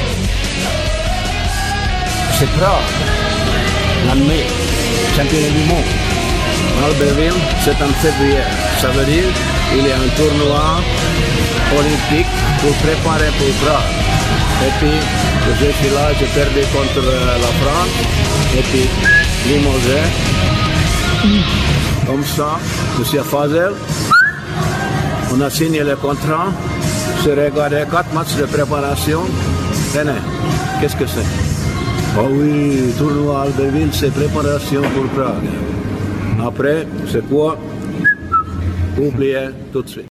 C'est Prague, l'année, championnat du monde. Albertville, c'est en février. Ça veut dire qu'il y a un tournoi olympique pour préparer pour Prague. Et puis, je suis là, j'ai perdu contre la France. Et puis, Limoges. Comme ça, monsieur Fazel, on a signé le contrat. Se regarde 4 matchs de préparation. René, qu'est-ce que c'est? Oh oui, tournoi Albertville, c'est préparation pour Prague. Après, c'est quoi? Oubliez tout de suite.